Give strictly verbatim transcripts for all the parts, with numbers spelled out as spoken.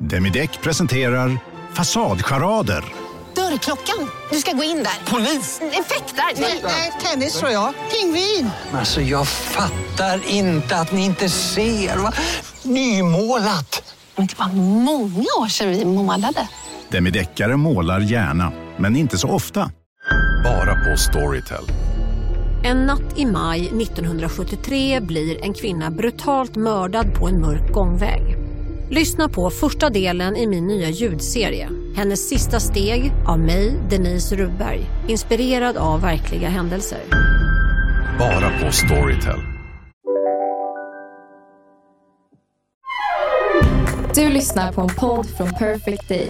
Demideck presenterar Fasadcharader. Dörrklockan. Du ska gå in där. Polis? Effektar? Nej, nej, tennis tror jag. Pingvin. Alltså jag fattar inte att ni inte ser. Va? Nymålat. Men det var många år sedan vi målade. Demideckare målar gärna, men inte så ofta. Bara på Storytel. En natt i maj nittonhundrasjuttiotre blir en kvinna brutalt mördad på en mörk gångväg. Lyssna på första delen i min nya ljudserie. Hennes sista steg av mig, Denise Rubberg. Inspirerad av verkliga händelser. Bara på Storytel. Du lyssnar på en podd från Perfect Day.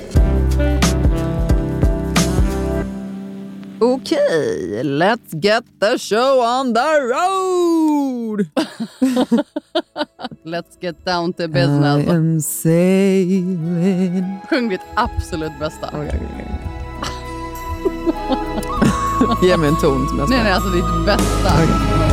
Okej, let's get the show on the road. Let's get down to business. I am sailing. Sjung ditt absolut bästa. Okay, okay, okay. Ge mig en ton som jag ska. Nej, nej, alltså ditt bästa. Okay.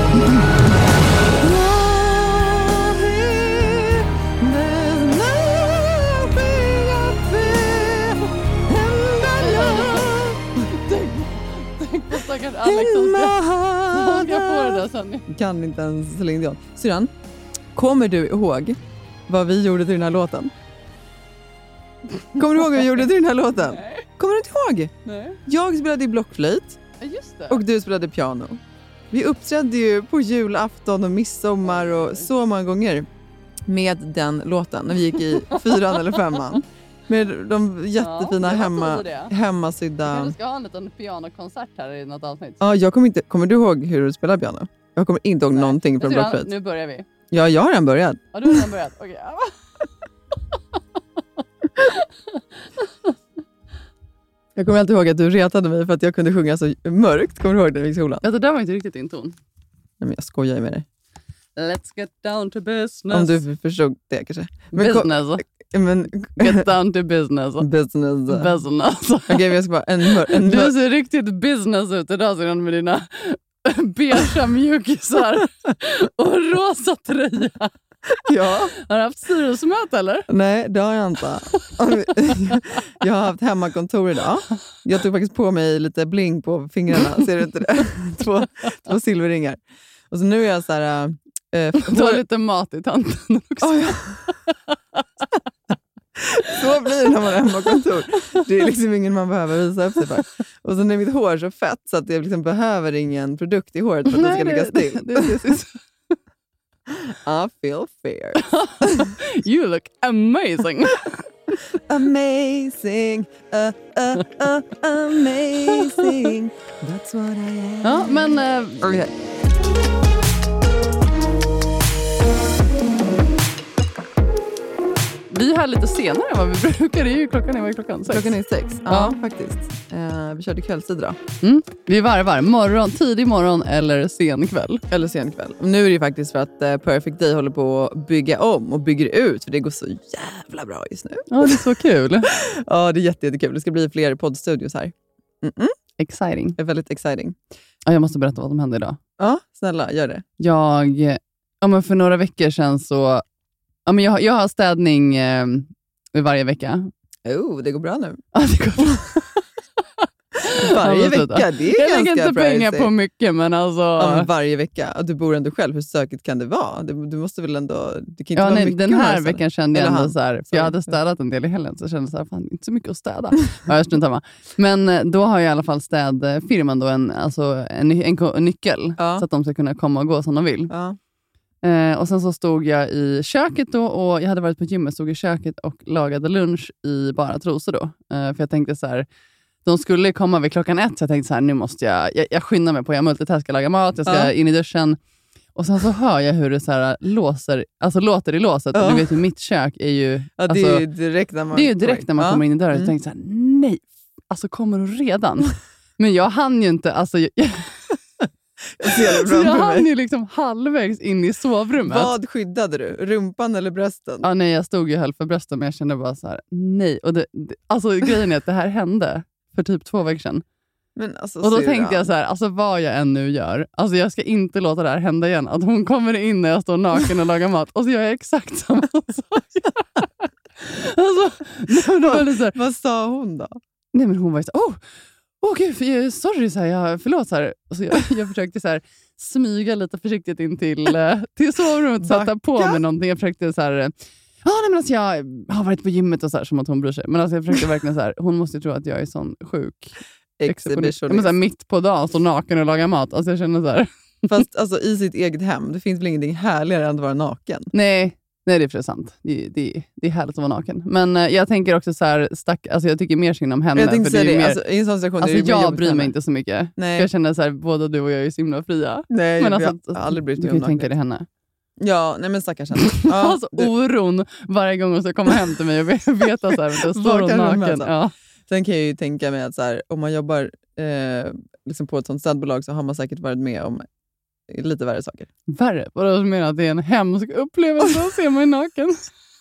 Alex som ska, ska få det där sen. Kan inte ens Celine Dion. Syrran, kommer du ihåg vad vi gjorde till den här låten? Kommer du ihåg vad vi gjorde till den här låten? Nej. Kommer du inte ihåg? Nej. Jag spelade i blockflöjt. Ja, just det. Och du spelade piano. Vi uppträdde ju på julafton och midsommar och så många gånger med den låten när vi gick i fyran eller femman. Med de jättefina ja, hemma, hemmasydda... Vi ska ha en liten pianokonsert här i något avsnitt. Ja, jag kommer inte... Kommer du ihåg hur du spelar piano? Jag kommer inte ihåg Nej. någonting från blockflöjt. Nu börjar vi. Ja, jag har redan börjat. Ja, du har redan börjat. Okej. Okay. Jag kommer alltid ihåg att du retade mig för att jag kunde sjunga så mörkt. Kommer du ihåg det i skolan? Ja, det där var inte riktigt din ton. Nej, men jag skojar med dig. Let's get down to business. Om du förstod det kanske. Men business. Ko- Men, get down to business. Business. Business. Okay, jag ska bara en, en du ser riktigt business ut idag sedan med dina beige mjukisar och rosa tröja. Ja. Har du haft styrelsemöte eller? Nej, det har jag inte. Jag har haft hemmakontor idag. Jag tog faktiskt på mig lite bling på fingrarna. Ser du inte det? Två, två silverringar. Och så nu är jag så här... Äh, du har lite mat i tanten också. Oh, ja. Så blir det när man är hemmakontor. Det är liksom ingen man behöver visa upp sig för. Och så är mitt hår så fett så att jag liksom behöver ingen produkt i håret för att det ska ligga still. Det, det, det, det. I feel fair. You look amazing. Amazing. Uh, uh, uh, amazing. That's what I am. Ja, men... Uh, okay. Vi är här lite senare än vad vi brukar. Det är ju klockan är, vad är klockan? Sex. Klockan är sex, ja, ja. faktiskt. Uh, vi körde kvällstid idag. Mm. Vi varvar morgon, tidig morgon eller sen kväll. Eller sen kväll. Nu är det ju faktiskt för att uh, Perfect Day håller på att bygga om och bygger ut. För det går så jävla bra just nu. Ja, det är så kul. Ja, det är jätte, jättekul. Det ska bli fler poddstudios här. Mm-mm. Exciting. Det är väldigt exciting. Ja, jag måste berätta vad som hände idag. Ja, snälla, gör det. Jag, ja men för några veckor sedan så... Ja, men jag, jag har städning eh, varje vecka. Oh, det går bra nu. Ja, det går bra. Varje vecka, det är jag ganska Jag lägger inte pengar pricey. på mycket, men alltså... Ja, men varje vecka. Du bor ändå själv. Hur stökigt kan det vara? Du, du måste väl ändå... Det kan inte ja, vara nej, mycket den här här, veckan kände jag ändå han. så här... För jag hade städat en del i helgen, så jag kände så här, fan, inte så mycket att städa. Ja, jag struntar med. Men då har jag i alla fall städfirman då en, alltså en, en, en nyckel. Ja. Så att de ska kunna komma och gå som de vill. Ja. Eh, och sen så stod jag i köket då, och jag hade varit på gymmet, stod i köket och lagade lunch i bara trosor då. Eh, för jag tänkte så här, de skulle komma vid klockan ett, så jag tänkte så här, nu måste jag, jag, jag skyndar mig på, jag multitaskar, laga mat, jag ska Ja. in i duschen. Och sen så hör jag hur det så här låser, alltså låter i låset. Ja. Och du vet ju, mitt kök är ju... Ja, det alltså, är ju direkt när man, det är ju direkt när man ja. kommer in i dörren. Mm. Så tänkte jag så här, nej, alltså kommer du redan? Men jag hann ju inte, alltså... Jag, Jag ser det så jag framför hann mig. ju liksom halvvägs in i sovrummet. Vad skyddade du? Rumpan eller brösten? Ja, nej, jag stod ju höll för brösten, men jag kände bara så här, nej. Och det, det, alltså grejen är att det här hände för typ två veckor sedan. Men alltså, och då syrran. tänkte jag så här, alltså vad jag än nu gör, alltså jag ska inte låta det här hända igen. Att hon kommer in när jag står naken och lagar mat, och så gör jag exakt samma sak. Alltså, nej, det var lite så här, vad sa hon då? Nej, men hon var ju så här, åh, åh gud, sorry, så här, jag, förlåt. Så här. Och så jag, jag försökte så här, smyga lite försiktigt in till, eh, till sovrummet, sätta på mig någonting. Jag försökte så här, ja, nej, men alltså, jag har varit på gymmet och så här, som att hon bryr sig. Men alltså, jag försökte verkligen så här, hon måste ju tro att jag är sån sjuk exhibitionist. Men så här, mitt på dagen, stå naken och laga mat. Alltså jag känner så här. Fast alltså, i sitt eget hem, det finns väl ingenting härligare än att vara naken? Nej, nej det är för sant. Det, det, det är härligt att vara naken. Men uh, jag tänker också så här, stack, alltså jag tycker mer synd om henne. Jag tänkte för det säga det, mer, alltså, i en sån situation alltså, är det jag bryr mig inte så mycket. Nej. För jag känner så här, båda du och jag är så himla fria. Nej, men jag alltså, har aldrig brytt du mig kan om ju tänka nakenhet. dig henne. Ja, nej men stackars henne. Ja, alltså det... oron varje gång hon ska komma hem till mig och veta så här, då står hon naken. Ja. Sen kan jag ju tänka mig att så här, om man jobbar eh, liksom på ett sånt städbolag så har man säkert varit med om lite värre saker. Värre? Vadå, du menar att det är en hemsk upplevelse att se mig naken?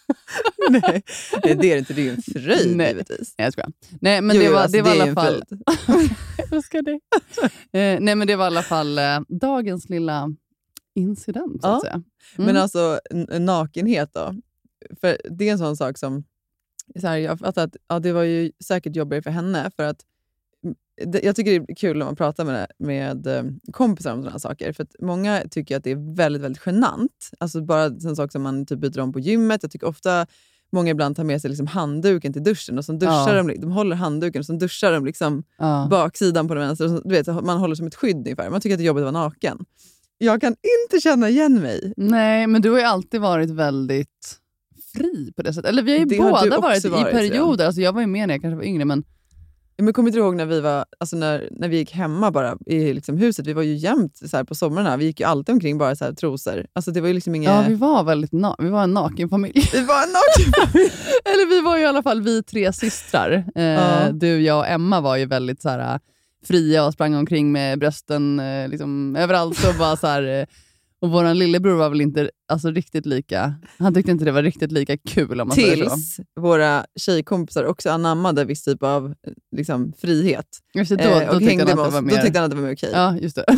Nej, det är det inte. Det är ju en fröjd, Nej. givetvis. Nej, jag skojar. Nej, men Jo, det var, alltså, det var det i är alla en fall... fröjd. jag ska det. Eh, nej, men det var i alla fall eh, dagens lilla incident, så Ja. att säga. Mm. Men alltså, n- nakenhet då? För det är en sån sak som... Så här, jag fattar att ja, det var ju säkert jobbigare för henne. För att det, jag tycker det är kul när man pratar med, med eh, kompisar om sådana här saker. För att många tycker att det är väldigt, väldigt genant. Alltså bara en sak som man typ byter om på gymmet. Jag tycker ofta många ibland tar med sig liksom handduken till duschen. Och så duschar Ja. de, de håller handduken och så duschar de liksom Ja. baksidan på den vänster. Och så, du vet, man håller som ett skydd ungefär. Man tycker att det är jobbigt att vara naken. Jag kan inte känna igen mig. Nej, men du har ju alltid varit väldigt fri på det sättet. Eller vi har ju Det har du båda också varit, varit, i perioder. Alltså jag var ju med när jag kanske var yngre, men... Men kommer inte ihåg när vi var alltså när, när vi gick hemma bara i liksom huset. Vi var ju jämt så här på somrarna. Vi gick ju alltid omkring bara så här trosor. Alltså det var ju liksom inga... Ja, vi var väldigt na- vi var en naken familj. Vi var en naken familj. Eller vi var ju i alla fall vi tre systrar. Eh, Ja. Du, jag och Emma var ju väldigt så här, fria och sprang omkring med brösten eh, liksom, överallt. Och, bara, så här, eh, och våran lillebror var väl inte alltså, riktigt lika... Han tyckte inte det var riktigt lika kul om man säger så. Tills våra tjejkompisar också anammade viss typ av liksom, frihet. Just det, då, Eh, då, och tyckte hängde han med att oss. det var Då mer... tyckte han att det var mer okej. Ja, just det.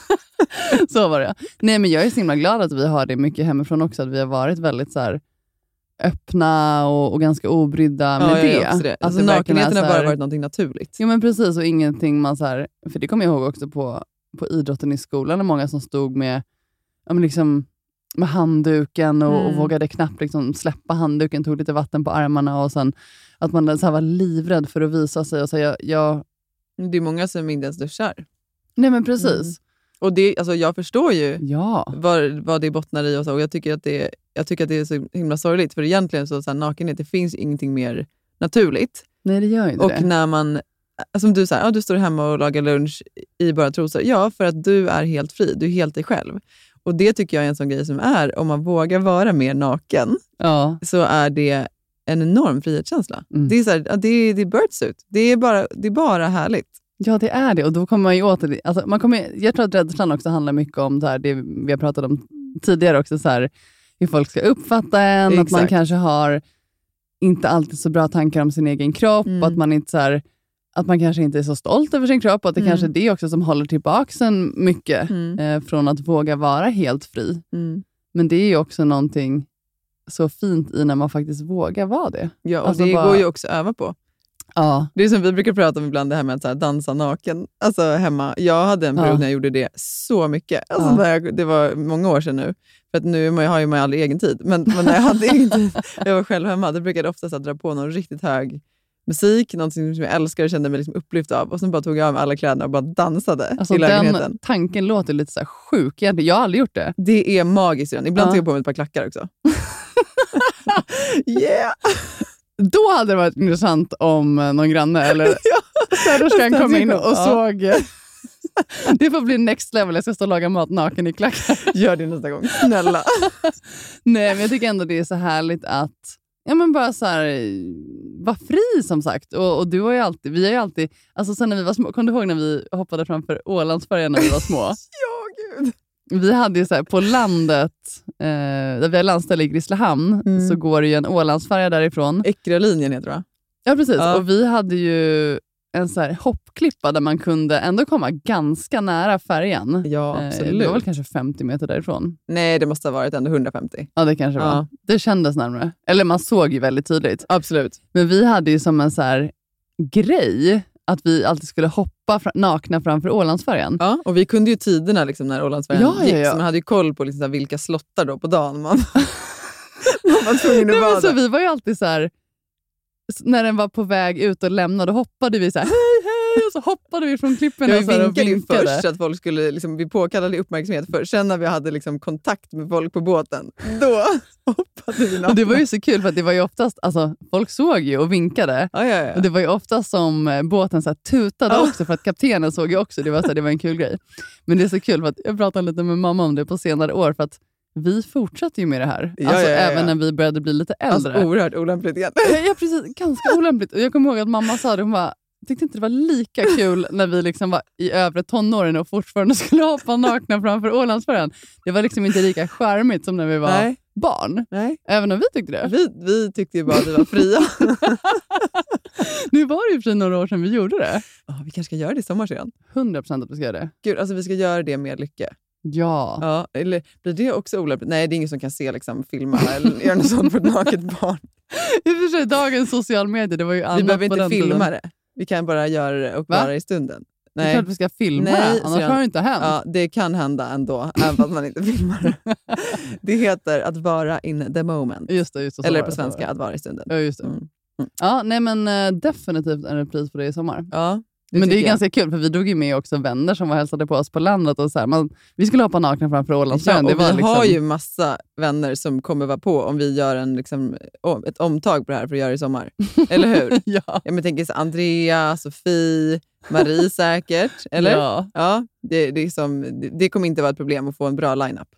Så var det. Nej, men jag är så himla glad att vi har det mycket hemifrån också. Att vi har varit väldigt så här, öppna och, och ganska obrydda med Ja, det. jag är också det. Alltså, det verkligen nakenheten är har så här- bara varit någonting naturligt. Ja, men precis. Och ingenting man så här... För det kommer jag ihåg också på, på idrotten i skolan. Och många som stod med, ja, men liksom, med handduken och, Mm. och vågade knappt liksom släppa handduken. Tog lite vatten på armarna. Och sen att man så här var livrädd för att visa sig. Och så jag, jag... Det är många som inte ens duschar. Nej, men precis. Mm. Och det, alltså, jag förstår ju Ja. vad, vad det bottnar i och så. Och jag tycker att det, jag tycker att det är så himla sorgligt. För egentligen så, så här, nakenhet, det finns ingenting mer naturligt. Nej, det gör ju inte Och det. när man, som du säger, ja, du står hemma och lagar lunch i bara trosor. Ja, för att du är helt fri. Du är helt dig själv. Och det tycker jag är en sån grej som är, om man vågar vara mer naken, Ja. så är det en enorm frihetskänsla. Mm. Det är så här, ja, det är, det är birdsuit. Det är bara, det är bara härligt. Ja, det är det. Och då kommer man ju åter... Alltså, man kommer, jag tror att rädslan också handlar mycket om så här, det vi har pratat om tidigare också, så här, hur folk ska uppfatta en. Exakt. Att man kanske har inte alltid så bra tankar om sin egen kropp. Mm. Och att man inte så här, att man kanske inte är så stolt över sin kropp. Och att det Mm. kanske är det också som håller tillbaka en mycket Mm. eh, från att våga vara helt fri. Mm. Men det är ju också någonting så fint i när man faktiskt vågar vara det. Ja, och Alltså det bara- går ju också att öva på. Ja. Det är som vi brukar prata om ibland, det här med att så här, dansa naken. Alltså hemma. Jag hade en period Ja. när jag gjorde det så mycket. Alltså, Ja. när jag, det var många år sedan nu. För att nu har jag ju man aldrig egen tid. Men, men när jag hade egen tid, jag var själv hemma, då brukade jag ofta så här, dra på någon riktigt hög musik. Någonting som jag älskar och kände mig liksom upplyft av. Och sen bara tog jag av mig alla kläderna och bara dansade Alltså i lägenheten. den tanken låter lite så här sjuk egentligen. Jag har aldrig gjort det. Det är magiskt. Ibland Ja. tar jag på mig ett par klackar också. Yeah! Då hade det varit intressant om eh, någon granne eller städerskan kom in och Ja. såg. Det får bli next level. Jag ska stå och laga mat naken i klackar. Gör det nästa gång. Snälla. Nej, men jag tycker ändå det är så härligt att ja, men bara så här, vara fri som sagt. Och, och du har ju alltid, vi har ju alltid, alltså sen när vi var små, kom du ihåg när vi hoppade framför Ålandsfärjan när vi var små? Ja, gud. Vi hade ju så här, på landet, eh, där vi har landställe i Grisslehamn, Mm. så går det ju en Ålandsfärja därifrån. Äckra linjen heter det, va? Ja, precis. Ja. Och vi hade ju en så här hoppklippa där man kunde ändå komma ganska nära färjan. Ja, absolut. Eh, det var väl kanske femtio meter därifrån. Nej, det måste ha varit ändå hundrafemtio. Ja, det kanske var. Ja. Det kändes närmare. Eller man såg ju väldigt tydligt. Absolut. Men vi hade ju som en så här grej att vi alltid skulle hoppa fra- nakna framför Ålandsfärjan. Ja, och vi kunde ju tiderna liksom, när Ålandsfärjan Ja, gick. ja, ja. Så man hade ju koll på liksom, vilka slottar då på dagen man, man var tvungen att Nej, men bada. så vi var ju alltid så här, s- när den var på väg ut och lämnade, då hoppade vi så här, hej hej, och så hoppade vi från klipporna Ja, och, vi så här, och vinkade ju vinkade. först så att folk skulle, liksom, vi påkallade uppmärksamhet först. Sen när vi hade liksom, kontakt med folk på båten, då hoppade vi nakna. Och det var ju så kul för att det var ju oftast, alltså folk såg ju och vinkade. Ja, ja, ja. Och det var ju oftast som eh, båten så här tutade Ja. också för att kaptenen såg ju också. Det var, så här, det var en kul grej. Men det är så kul för att jag pratade lite med mamma om det på senare år för att vi fortsatte ju med det här. Ja, alltså ja, ja, ja. även när vi började bli lite äldre. Alltså oerhört olämpligt igen. Ja, precis. Ganska olämpligt. Och jag kommer ihåg att mamma sa det, hon bara, tyckte inte det var lika kul när vi liksom var i övre tonåren och fortfarande skulle hoppa nakna framför Ålandsfärjan. Det var liksom inte lika charmigt som när vi var Nej. barn. Nej. Även om vi tyckte det. Vi, vi tyckte ju bara att vi var fria. Nu var det ju för några år sedan vi gjorde det. Ja, vi kanske ska göra det i sommar sedan. hundra procent att vi ska göra det. Gud, alltså vi ska göra det med lycka. Ja. Ja, eller blir det också olämpligt? Nej, det är ingen som kan se liksom, filma eller göra något sånt för ett naket barn. I och för sig, dagens social medier, det var ju annat Vi behöver på inte den filma tiden. det. Vi kan bara göra det och Va? vara i stunden. Det är Nej. klart vi ska filma Nej, det, annars så jag- har det inte hänt. Ja, det kan hända ändå, även fast man inte filmar det. Det heter att vara in the moment. Just det, just det, så Eller var på det, så var svenska, det. att vara i stunden. Ja, just det. Mm. Ja, nej men uh, definitivt en repris på det i sommar. Ja, Men det är tycker ju jag. ganska kul för vi drog ju med också vänner som var hälsade på oss på landet och så här, man, vi skulle hoppa nakna framför Ja, Ålandsfärjan. och det var vi liksom, har ju massa vänner som kommer vara på om vi gör en, liksom, om- ett omtag på det här för att göra det i sommar. Eller hur? ja. Ja, men jag tänker så Andrea, Sofie, Marie säkert. Eller? Ja. Ja, det, det, är som, det, det kommer inte vara ett problem att få en bra lineup.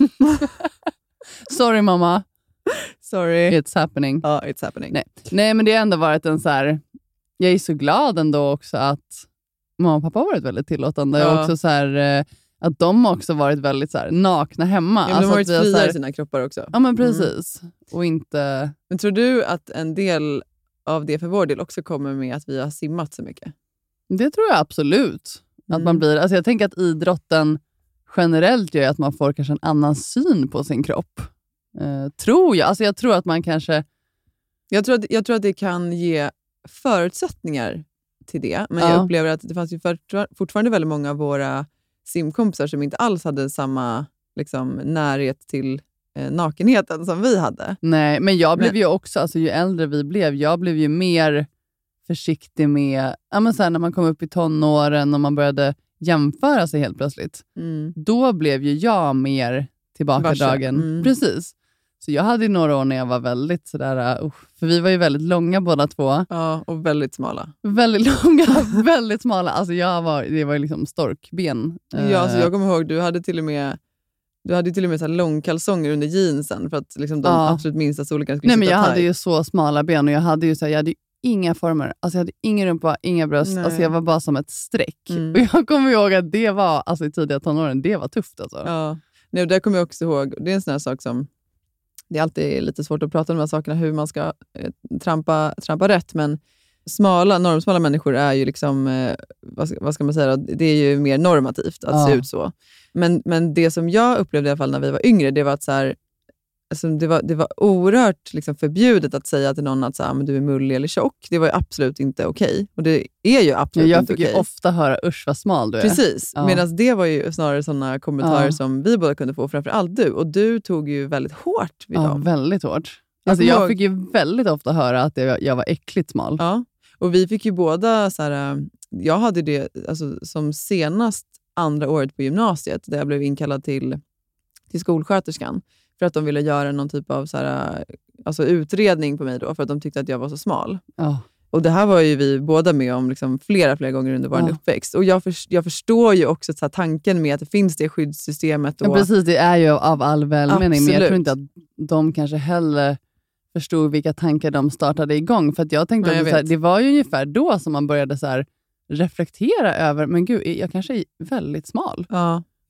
Sorry mamma, Sorry. it's happening. Ja, it's happening. Nej. nej men det har ändå varit en så här, jag är så glad ändå också att mamma och pappa har varit väldigt tillåtande. Ja. Och också så här, eh, att de också varit väldigt så här, nakna hemma. Ja, men Alltså de har att varit vi har så fria här- i sina kroppar också. Ja men precis. Och inte... Men tror du att en del av det för vår del också kommer med att vi har simmat så mycket? Det tror jag absolut. Att Mm. man blir, alltså jag tänker att idrotten generellt gör att man får kanske en annan syn på sin kropp. Eh, tror jag. Alltså jag tror att man kanske... Jag tror, att, jag tror att det kan ge förutsättningar till det. Men Ja. jag upplever att det fanns ju för, fortfarande väldigt många av våra simkompisar som inte alls hade samma liksom, närhet till eh, nakenheten som vi hade. Nej, men jag blev Men- ju också, alltså ju äldre vi blev, jag blev ju mer försiktig med, ja men så här, när man kom upp i tonåren och man började jämföra sig helt plötsligt. Mm. Då blev ju jag mer tillbakadragen. Varse. Mm. Precis. Så jag hade ju några år när jag var väldigt sådär, uh, för vi var ju väldigt långa båda två. Ja, och väldigt smala. Väldigt långa, väldigt smala. Alltså jag var, det var ju liksom storkben. Ja, alltså Eh, jag kommer ihåg, du hade till och med du hade till och med så här långkalsonger under jeansen för att liksom, de Ja. absolut minsta storlekarna skulle Nej, men sitta jag hade tight. ju så smala ben och jag hade ju, så här, jag hade ju inga former. Alltså jag hade ingen rumpa, inga bröst. Nej. Alltså jag var bara som ett streck. Mm. Och jag kommer ihåg att det var, alltså i tidiga tonåren, det var tufft alltså. Ja. Nej, och där kommer jag också ihåg, det är en sån här sak som, det är alltid lite svårt att prata om de här sakerna, hur man ska eh, trampa, trampa rätt, men smala, normsmala människor är ju liksom, eh, vad, ska, vad ska man säga, det är ju mer normativt att Ja. se ut så. Men, men det som jag upplevde i alla fall när vi var yngre, det var att så här, alltså det, var, det var oerhört liksom förbjudet att säga till någon att så här, men du är mullig eller tjock. Det var ju absolut inte okej. Och det är ju Ja, absolut jag inte fick okej. ju ofta höra, usch vad smal du är. Precis, Ja. medan det var ju snarare sådana kommentarer Ja. som vi båda kunde få, framförallt du. Och du tog ju väldigt hårt vid Ja, dem. väldigt hårt. Jag Alltså kommer jag ihåg- fick ju väldigt ofta höra att jag, jag var äckligt smal. Ja. Och vi fick ju båda, så här, äh, jag hade det alltså, som senast andra året på gymnasiet, där jag blev inkallad till, till skolsköterskan för att de ville göra någon typ av så här, äh, alltså, utredning på mig då, för att de tyckte att jag var så smal. Ja. Och det här var ju vi båda med om liksom flera, flera gånger under vår Ja. uppväxt. Och jag, för, jag förstår ju också så här, tanken med att det finns det skyddssystemet. Och, Ja, precis, det är ju av all välmening, men jag Absolut. tror inte att de kanske heller förstod vilka tankar de startade igång. För att jag tänkte Nej, jag att det, så här, vet. det var ju ungefär då som man började så här reflektera över, men gud, jag kanske är väldigt smal. Ja,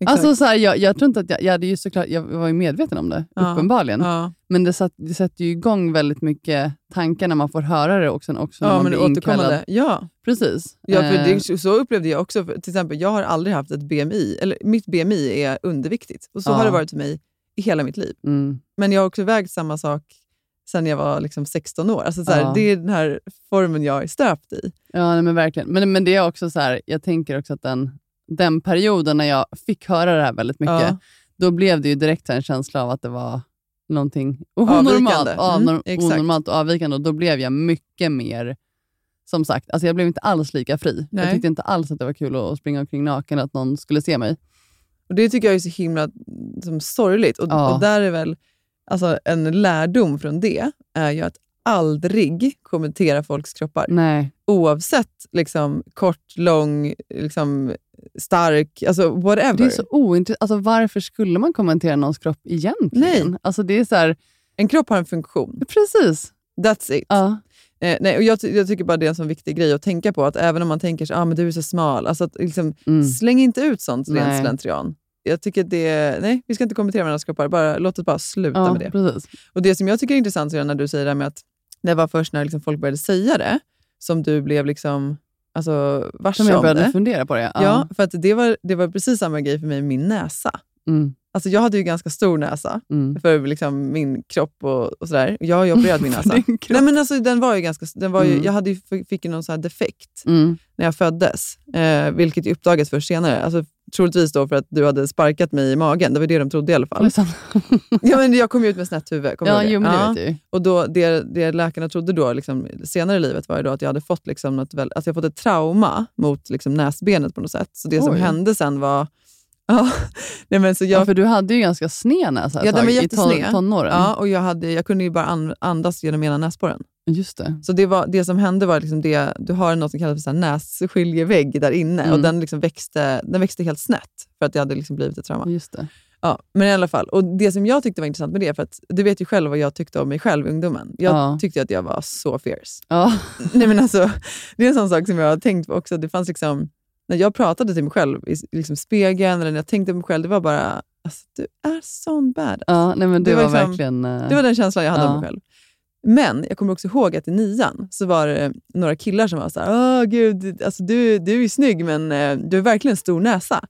Alltså så här, jag, jag tror inte att jag, jag hade ju såklart, jag var ju medveten om det, ja. uppenbarligen. Ja. Men det, satt, det sätter ju igång väldigt mycket tankar när man får höra det också, också när ja, man men blir inkallad. Ja, precis. Ja, för det, så upplevde jag också. För, till exempel, jag har aldrig haft ett B M I, eller mitt B M I är underviktigt. Och så ja. har det varit för mig i hela mitt liv. Mm. Men jag har också vägt samma sak sen jag var liksom sexton år. Alltså, så här, ja. Det är den här formen jag är stöpt i. Ja, nej, men verkligen. Men, men det är också så här, jag tänker också att den, den perioden när jag fick höra det här väldigt mycket, ja. Då blev det ju direkt en känsla av att det var någonting onormalt, mm, onormalt och avvikande. Och då blev jag mycket mer, som sagt, alltså jag blev inte alls lika fri. Nej. Jag tyckte inte alls att det var kul att springa omkring naken, att någon skulle se mig. Och det tycker jag är så himla som sorgligt. Och, ja. och där är väl alltså, en lärdom från det är ju att aldrig kommentera folks kroppar. Nej. Oavsett liksom, kort, lång, liksom, stark, alltså whatever. Det är så ointressant. Alltså, varför skulle man kommentera någons kropp egentligen? Nej. Alltså, det är så här... En kropp har en funktion. Precis. That's it. Ja. Eh, nej, och jag, jag tycker bara det är en sån viktig grej att tänka på. Att även om man tänker så, ah, men du är så smal. Alltså att, liksom, mm. släng inte ut sånt rent slentrian. Jag tycker att det nej, vi ska inte kommentera varandras kroppar. Bara, låt oss bara sluta ja, med det. Precis. Och det som jag tycker är intressant är när du säger det med att det var först när liksom folk började säga det som du blev liksom alltså, varse om det. Som jag började fundera på det. Ja, ja för att det var, det var precis samma grej för mig med min näsa. Mm. Alltså jag hade ju ganska stor näsa mm. för liksom min kropp och, och sådär. Jag har ju opererat min näsa. Nej, men alltså, den var ju ganska, den var ju, mm. jag hade ju, fick ju någon sån här defekt mm. när jag föddes. Eh, vilket ju uppdagades först senare. Alltså, troligtvis då för att du hade sparkat mig i magen. Det var det de trodde i alla fall. ja, men jag kom ju ut med snett huvud. Ja, jo, men det ja. vet jag. Och då, det, det läkarna trodde då liksom, senare i livet var ju då att jag hade fått, liksom, något väl, att jag fått ett trauma mot liksom, näsbenet på något sätt. Så det Oj. som hände sen var Ja, nej, men så jag... ja, för du hade ju ganska sned näsa ja, den var jättesned. i ton- tonåren. Ja, och jag, hade, jag kunde ju bara andas genom ena näsborren. Just det. Så det, var, det som hände var liksom det, du har något som kallas för så här nässkiljevägg där inne mm. och den, liksom växte, den växte helt snett för att det hade liksom blivit ett trauma. Just det. Ja, men i alla fall. Och det som jag tyckte var intressant med det, för att du vet ju själv vad jag tyckte om mig själv i ungdomen. Jag ja. tyckte att jag var så fierce. Ja. Nej, men alltså, det är en sån sak som jag har tänkt på också. Det fanns liksom, när jag pratade till mig själv i liksom spegeln eller när jag tänkte på mig själv, det var bara, alltså, du är sån badass. Ja, nej, men det, det var, var liksom, verkligen... Uh... Det var den känslan jag hade ja. om mig själv. Men jag kommer också ihåg att i nian så var det några killar som var så här, åh gud, alltså, du, du är snygg men uh, du har verkligen stor näsa.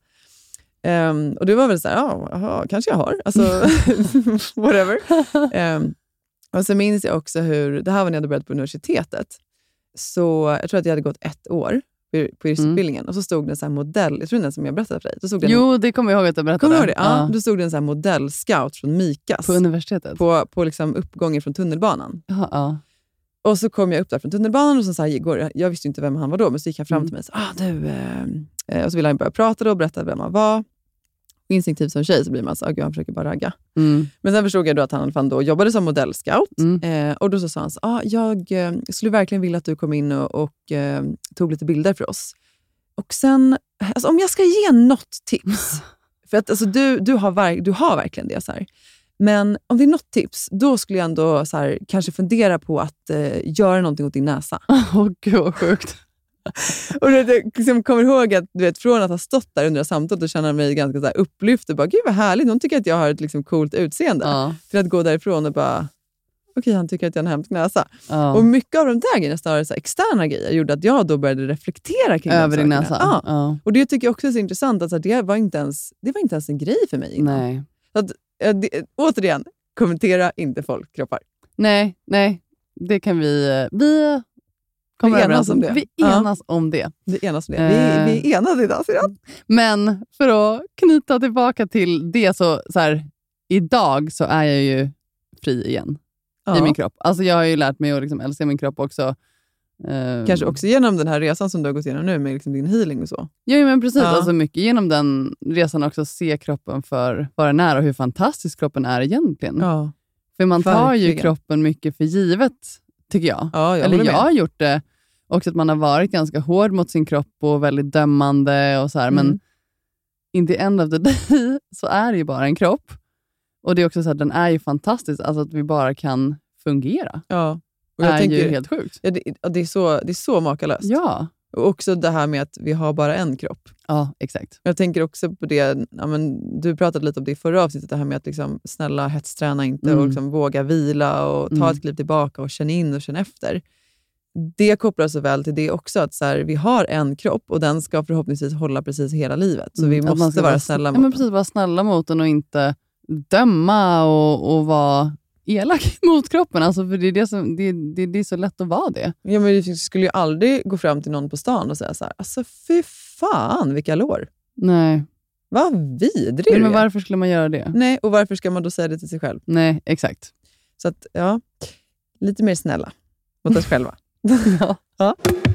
Um, och det var väl så här, ja, aha, kanske jag har. Alltså, whatever. Um, och så minns jag också hur, det här var när jag hade börjat på universitetet. Så jag tror att jag hade gått ett år på yrkesutbildningen. Mm. Och så stod det en sån här modell, jag tror den som jag berättade för dig. Då stod det jo, en, det kommer jag ihåg att jag berättade. Kommer du ihåg det? Ja. Ja. Då stod det en sån här modellscout från Mikas. På universitetet? På, på liksom uppgången från tunnelbanan. Ja, ja. Och så kom jag upp där från tunnelbanan och så, så här, går, jag visste inte vem han var då, men så gick han fram mm. till mig och sa, ah, du, eh, och så ville han börja prata då och berätta vem han var. Instinktivt som tjej så blir man så, ah, gud, han försöker bara ragga. Mm. Men sen förstod jag då att han fan då jobbade som modellscout. Mm. Eh, och då så sa han så, ah, jag eh, skulle verkligen vilja att du kom in och, och eh, tog lite bilder för oss. Och sen, alltså, om jag ska ge något tips, för att alltså, du, du, har ver- du har verkligen det så här. Men om det är något tips, då skulle jag ändå så här, kanske fundera på att eh, göra någonting åt din näsa. Åh oh, gud vad sjukt. Och jag liksom kommer ihåg att du vet, från att ha stått där under samtalet och känna mig ganska så här upplyft och bara, gud vad härligt, någon tycker att jag har ett liksom coolt utseende. Ja. Till att gå därifrån och bara, okej, okay, han tycker att jag har en hemsk näsa. Ja. Och mycket av de där grejerna, snarare så här, externa grejer, gjorde att jag då började reflektera kring över din näsa. Ja. Ja. Och det tycker jag också är så intressant, att alltså, det, var inte ens, det var inte ens en grej för mig innan. Nej. Så att, det, återigen, kommentera inte folkkroppar. Nej, nej. Det kan vi... Vi kommer vi enas om det. Vi enas ja. om det. Vi enas om det. Eh. Vi, vi enas idag, sedan. Men för att knyta tillbaka till det så, så här, idag så är jag ju fri igen ja. i min kropp. Alltså jag har ju lärt mig att liksom älska min kropp också. Um, Kanske också genom den här resan som du har gått igenom nu med liksom din healing och så. Ja, men precis. Ja. Alltså mycket genom den resan också se kroppen för vad den är och hur fantastisk kroppen är egentligen. Ja. För man tar Verkligen. ju kroppen mycket för givet, tycker jag. Ja, jag Eller jag har gjort det. Också att man har varit ganska hård mot sin kropp och väldigt dömande och så här. Mm. Men in the end of the day så är det ju bara en kropp. Och det är också så att den är ju fantastisk. Alltså att vi bara kan fungera. Ja. Och jag är tänker, ju helt sjukt. Ja, det, det, är så, det är så makalöst. Ja. Och också det här med att vi har bara en kropp. Ja, exakt. Jag tänker också på det, ja, men, du pratade lite om det i förra avsnittet, det här med att liksom, snälla hetsträna inte mm. och liksom, våga vila och ta mm. ett kliv tillbaka och känna in och känna efter. Det kopplar så väl till det också, att så här, vi har en kropp och den ska förhoppningsvis hålla precis hela livet. Så vi mm, måste vara snälla mot ja, men precis, vara snälla mot den och inte döma och, och vara elak mot kroppen. Alltså, för det är, det, som, det, det, det är så lätt att vara det. Ja, men vi skulle ju aldrig gå fram till någon på stan och säga så här, alltså fy fan, vilka lår. Nej. Vad vidrig. Nej, men varför skulle man göra det? Nej, och varför ska man då säga det till sig själv? Nej, exakt. Så att, ja, lite mer snälla mot oss själva. ja. ja.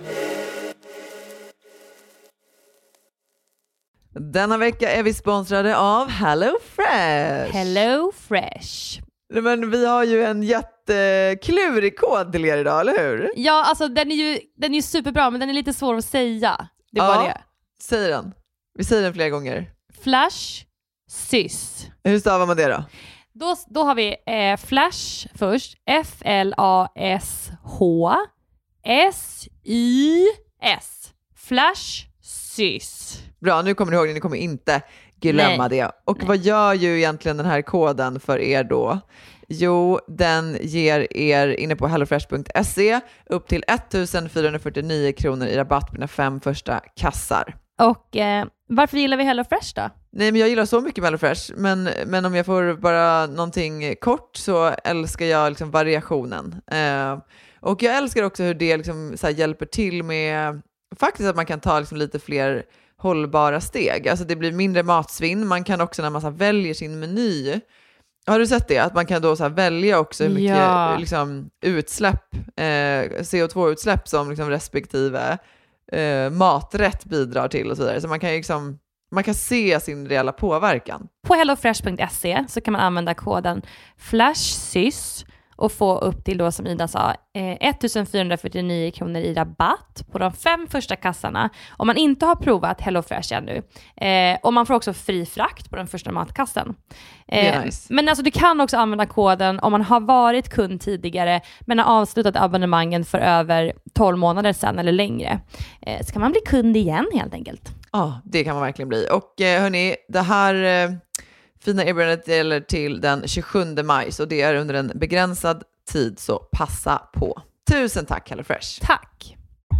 Denna vecka är vi sponsrade av HelloFresh. HelloFresh. Men vi har ju en jätteklurig kod till er idag, eller hur? Ja, alltså den är ju den är ju superbra, men den är lite svår att säga. Det är ja, bara det. Säg den. Vi säger den flera gånger. Flash sys. Hur stavar man det då? Då, då har vi eh, Flash först. F L A S H S Y S. Flash sys. Bra, nu kommer ni ihåg det. Ni kommer inte glömma Nej. det. Och Nej. vad gör ju egentligen den här koden för er då? Jo, den ger er inne på hellofresh punkt se upp till ettusen fyrahundrafyrtionio kronor i rabatt på dina fem första kassar. Och eh, varför gillar vi HelloFresh då? Nej, men jag gillar så mycket med HelloFresh. Men, men om jag får bara någonting kort så älskar jag liksom variationen. Eh, och jag älskar också hur det liksom så här hjälper till med faktiskt att man kan ta liksom lite fler hållbara steg. Alltså det blir mindre matsvinn. Man kan också när man så här väljer sin meny. Har du sett det? Att man kan då så här välja också hur mycket ja. liksom, utsläpp, eh, C O två-utsläpp som liksom respektive eh, maträtt bidrar till och så vidare. Så man kan ju liksom, man kan se sin reella påverkan. På hellofresh punkt se så kan man använda koden FLASHSYS och få upp till då, som Ida sa, eh, ettusen fyrahundrafyrtionio kronor i rabatt på de fem första kassarna om man inte har provat HelloFresh ännu. Eh, och man får också fri frakt på den första matkassen. Eh, nice. Men alltså, du kan också använda koden om man har varit kund tidigare men har avslutat abonnemangen för över tolv månader sedan eller längre. Eh, så kan man bli kund igen helt enkelt. Ja, ah, det kan man verkligen bli. Och eh, hörni, det här... Eh... fina erbjudandet gäller till den tjugosjunde maj, så det är under en begränsad tid, så passa på. Tusen tack HelloFresh. Tack.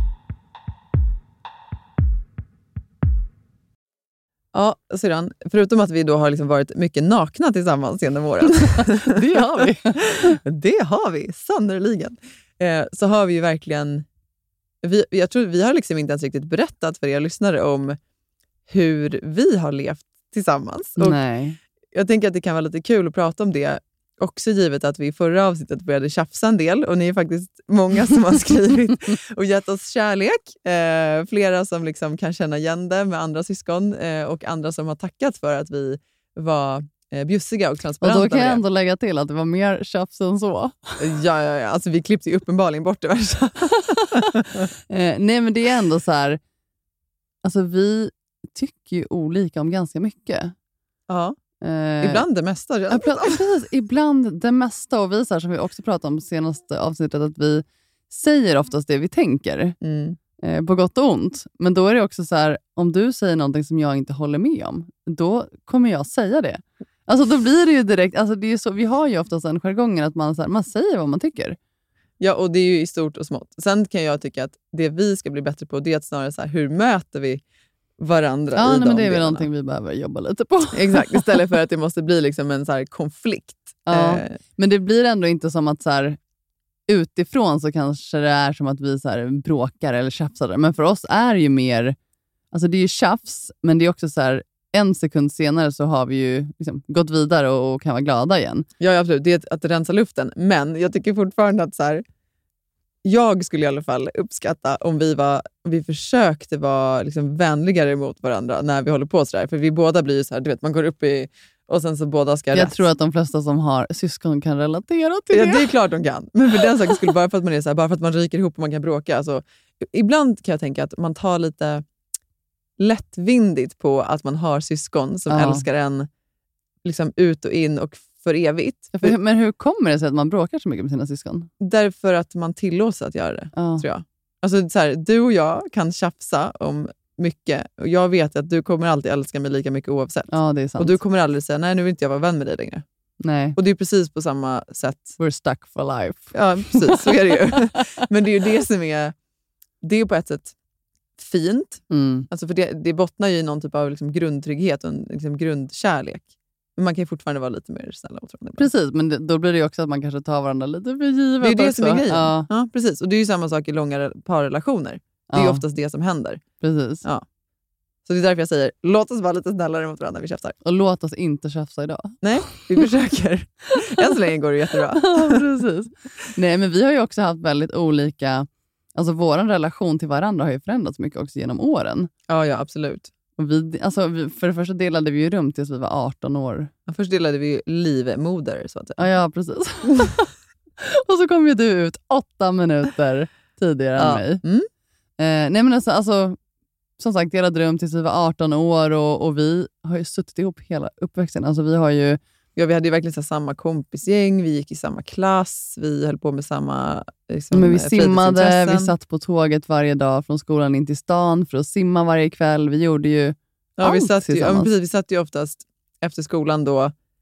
Ja, syrran, förutom att vi då har liksom varit mycket nakna tillsammans genom åren. Det har vi. Det har vi, sannoliken. Eh, så har vi ju verkligen... Vi, jag tror vi har liksom inte ens riktigt berättat för er lyssnare om hur vi har levt tillsammans. Och Nej. jag tänker att det kan vara lite kul att prata om det också, givet att vi i förra avsnittet började tjafsa en del och ni är faktiskt många som har skrivit och gett oss kärlek. Eh, flera som liksom kan känna igen det med andra syskon eh, och andra som har tackat för att vi var eh, bjussiga och transparenta. Och då kan jag ändå lägga till att det var mer tjafs än så. Ja, ja, ja. Alltså vi klippte ju uppenbarligen bort det värsta. eh, nej, men det är ändå så här, alltså vi tycker ju olika om ganska mycket. Ja. Eh, ibland det mesta. Ja, precis, ibland det mesta. Och vi, så här, som vi också pratade om senaste avsnittet, att vi säger oftast det vi tänker. Mm. Eh, på gott och ont. Men då är det också så här, om du säger någonting som jag inte håller med om, då kommer jag säga det. Alltså då blir det ju direkt, alltså det är så, vi har ju oftast en jargongen att man, så här, man säger vad man tycker. Ja, och det är ju i stort och smått. Sen kan jag tycka att det vi ska bli bättre på, det är att snarare så här, hur möter vi varandra ja, i nej, de men det är väl delarna. någonting vi behöver jobba lite på. Exakt, istället för att det måste bli liksom en så här konflikt. Ja, eh. men det blir ändå inte som att så här, utifrån så kanske det är som att vi så här, bråkar eller tjafsar. Men för oss är det ju mer, alltså det är ju tjafs, men det är också så här, en sekund senare så har vi ju liksom gått vidare och, och kan vara glada igen. Ja, absolut. Det är att, att rensa luften. Men jag tycker fortfarande att så här, jag skulle i alla fall uppskatta om vi, var, vi försökte vara liksom vänligare mot varandra när vi håller på så där. För vi båda blir ju så här, du vet, man går upp i och sen så båda ska Jag rätt. tror att de flesta som har syskon kan relatera till ja, det. det är klart de kan. Men för den saken skulle bara för att man är så här, bara för att man ryker ihop och man kan bråka. Alltså, ibland kan jag tänka att man tar lite lättvindigt på att man har syskon som ja. älskar en liksom ut och in och för evigt. Ja, för, men hur kommer det sig att man bråkar så mycket med sina syskon? Därför att man tillåts att göra det, ja. tror jag. Alltså, så här, du och jag kan tjafsa om mycket. Och jag vet att du kommer alltid älska mig lika mycket oavsett. Ja, det är sant. Och du kommer aldrig säga, nej nu vill inte jag vara vän med dig längre. Nej. Och det är precis på samma sätt. We're stuck for life. Ja, precis. Så är det ju. Men det är ju det som är, det är på ett sätt fint. Mm. Alltså för det, det bottnar ju i någon typ av liksom grundtrygghet och en liksom grundkärlek. Men man kan ju fortfarande vara lite mer snälla mot varandra. Precis, men det, då blir det ju också att man kanske tar varandra lite för givet. Det är det också. som är grejen. Ja. Ja, precis. Och det är ju samma sak i långa parrelationer. Det är ju Ja. oftast det som händer. Precis. Ja. Så det är därför jag säger, låt oss vara lite snällare mot varandra när vi tjafsar. Och låt oss inte tjafsa idag. Nej, vi försöker. Än så länge går det jättebra. Ja, precis. Nej, men vi har ju också haft väldigt olika... Alltså vår relation till varandra har ju förändrats mycket också genom åren. Ja, ja, absolut. Och vi, alltså, vi, för det första delade vi ju rum tills vi var arton år. Ja, först delade vi ju livmoder, så att säga. Ja, ja precis. Och så kom ju du ut åtta minuter tidigare Ja. än mig. Mm. Eh, nej men alltså, alltså, som sagt, delade rum tills vi var arton år och, och vi har ju suttit ihop hela uppväxten. Alltså vi har ju... Ja, vi hade ju verkligen så här samma kompisgäng, vi gick i samma klass, vi höll på med samma liksom, Men vi simmade, fritidsintressen. vi satt på tåget varje dag från skolan in till stan för att simma varje kväll. Vi gjorde ju Ja, allt vi satt ju, ja, tillsammans. men precis, vi satt ju oftast efter skolan då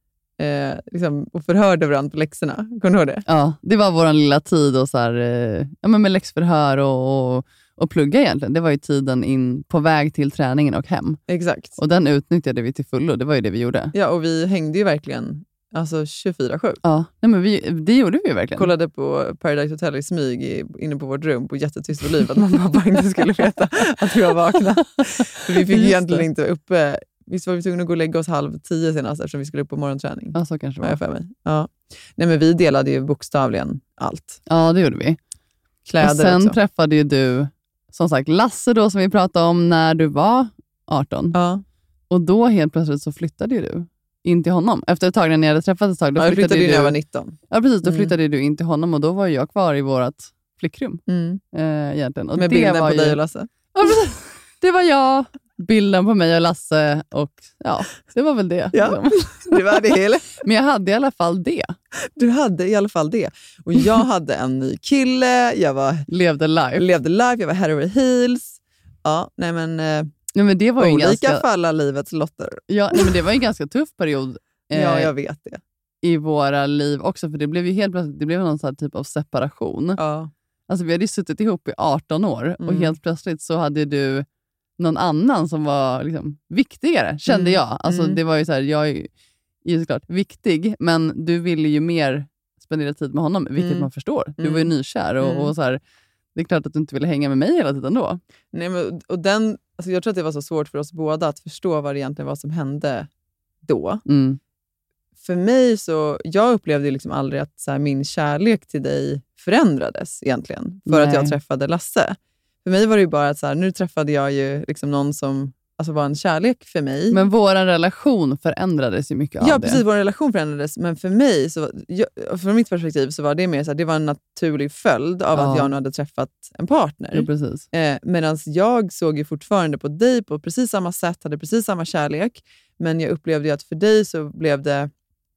eh, liksom, och förhörde varandra på läxorna. Kommer du ihåg det? Ja, det var vår lilla tid och så här, eh, ja, men med läxförhör och, och, och plugga egentligen. Det var ju tiden in på väg till träningen och hem. Exakt. Och den utnyttjade vi till fullo. Det var ju det vi gjorde. Ja, och vi hängde ju verkligen alltså tjugofyra sju. Ja, nej, men vi, det gjorde vi ju verkligen. Kollade på Paradise Hotel i smyg i, inne på vårt rum på jättetyst volym för att mamma och pappa inte skulle veta att vi var vakna. För vi fick Just egentligen det. inte uppe... Visst var vi tvungna att gå och lägga oss halv tio senast eftersom vi skulle upp på morgonträning. Ja, så kanske det Har jag var. för mig. Ja. Nej, men vi delade ju bokstavligen allt. Ja, det gjorde vi. Kläder och sen också. träffade ju du, som sagt, Lasse då som vi pratade om när du var arton. Ja. Och då helt plötsligt så flyttade ju du in till honom. Efter ett tag när ni hade träffat ett tag, då Ja, jag flyttade, flyttade ju du... när jag var nitton. Ja, precis. Då Mm. flyttade du in till honom och då var jag kvar i vårt flickrum. Mm. Eh, egentligen. Och Med det bilden var på ju... dig och Lasse. Ja, precis. Det var jag, bilden på mig och Lasse och ja, det var väl det. Ja, det var det hela. Men jag hade i alla fall det. Du hade i alla fall det. Och jag hade en ny kille, jag var, Levde life. levde life, jag var head over heels. Ja, nej men, eh, Nej, men det var ju en olika ganska... för alla livets lotter. Ja, nej, men det var en ganska tuff period eh, Ja, jag vet det. i våra liv också. För det blev ju helt plötsligt det blev någon sån här typ av separation. Ja. Alltså vi hade ju suttit ihop i arton år och Mm. helt plötsligt så hade du någon annan som var liksom viktigare, kände Mm. jag. Alltså Mm. det var ju så här, jag är ju såklart viktig, men du ville ju mer spendera tid med honom, vilket Mm. man förstår. Du Mm. var ju nykär och, Mm. och så här, det är klart att du inte ville hänga med mig hela tiden då. Nej, men, och den, alltså jag tror att det var så svårt för oss båda att förstå vad det egentligen var som hände då. Mm. För mig så, jag upplevde ju liksom aldrig att så här, min kärlek till dig förändrades egentligen. För att Nej. jag träffade Lasse. För mig var det ju bara att så här, nu träffade jag ju liksom någon som alltså, var en kärlek för mig. Men vår relation förändrades ju mycket Ja, av det. precis. Vår relation förändrades. Men för mig, så, jag, från mitt perspektiv, så var det mer så här, det var en naturlig följd av Ja. att jag nu hade träffat en partner. Ja, precis. Eh, Medan jag såg ju fortfarande på dig på precis samma sätt, hade precis samma kärlek. Men jag upplevde ju att för dig så blev det...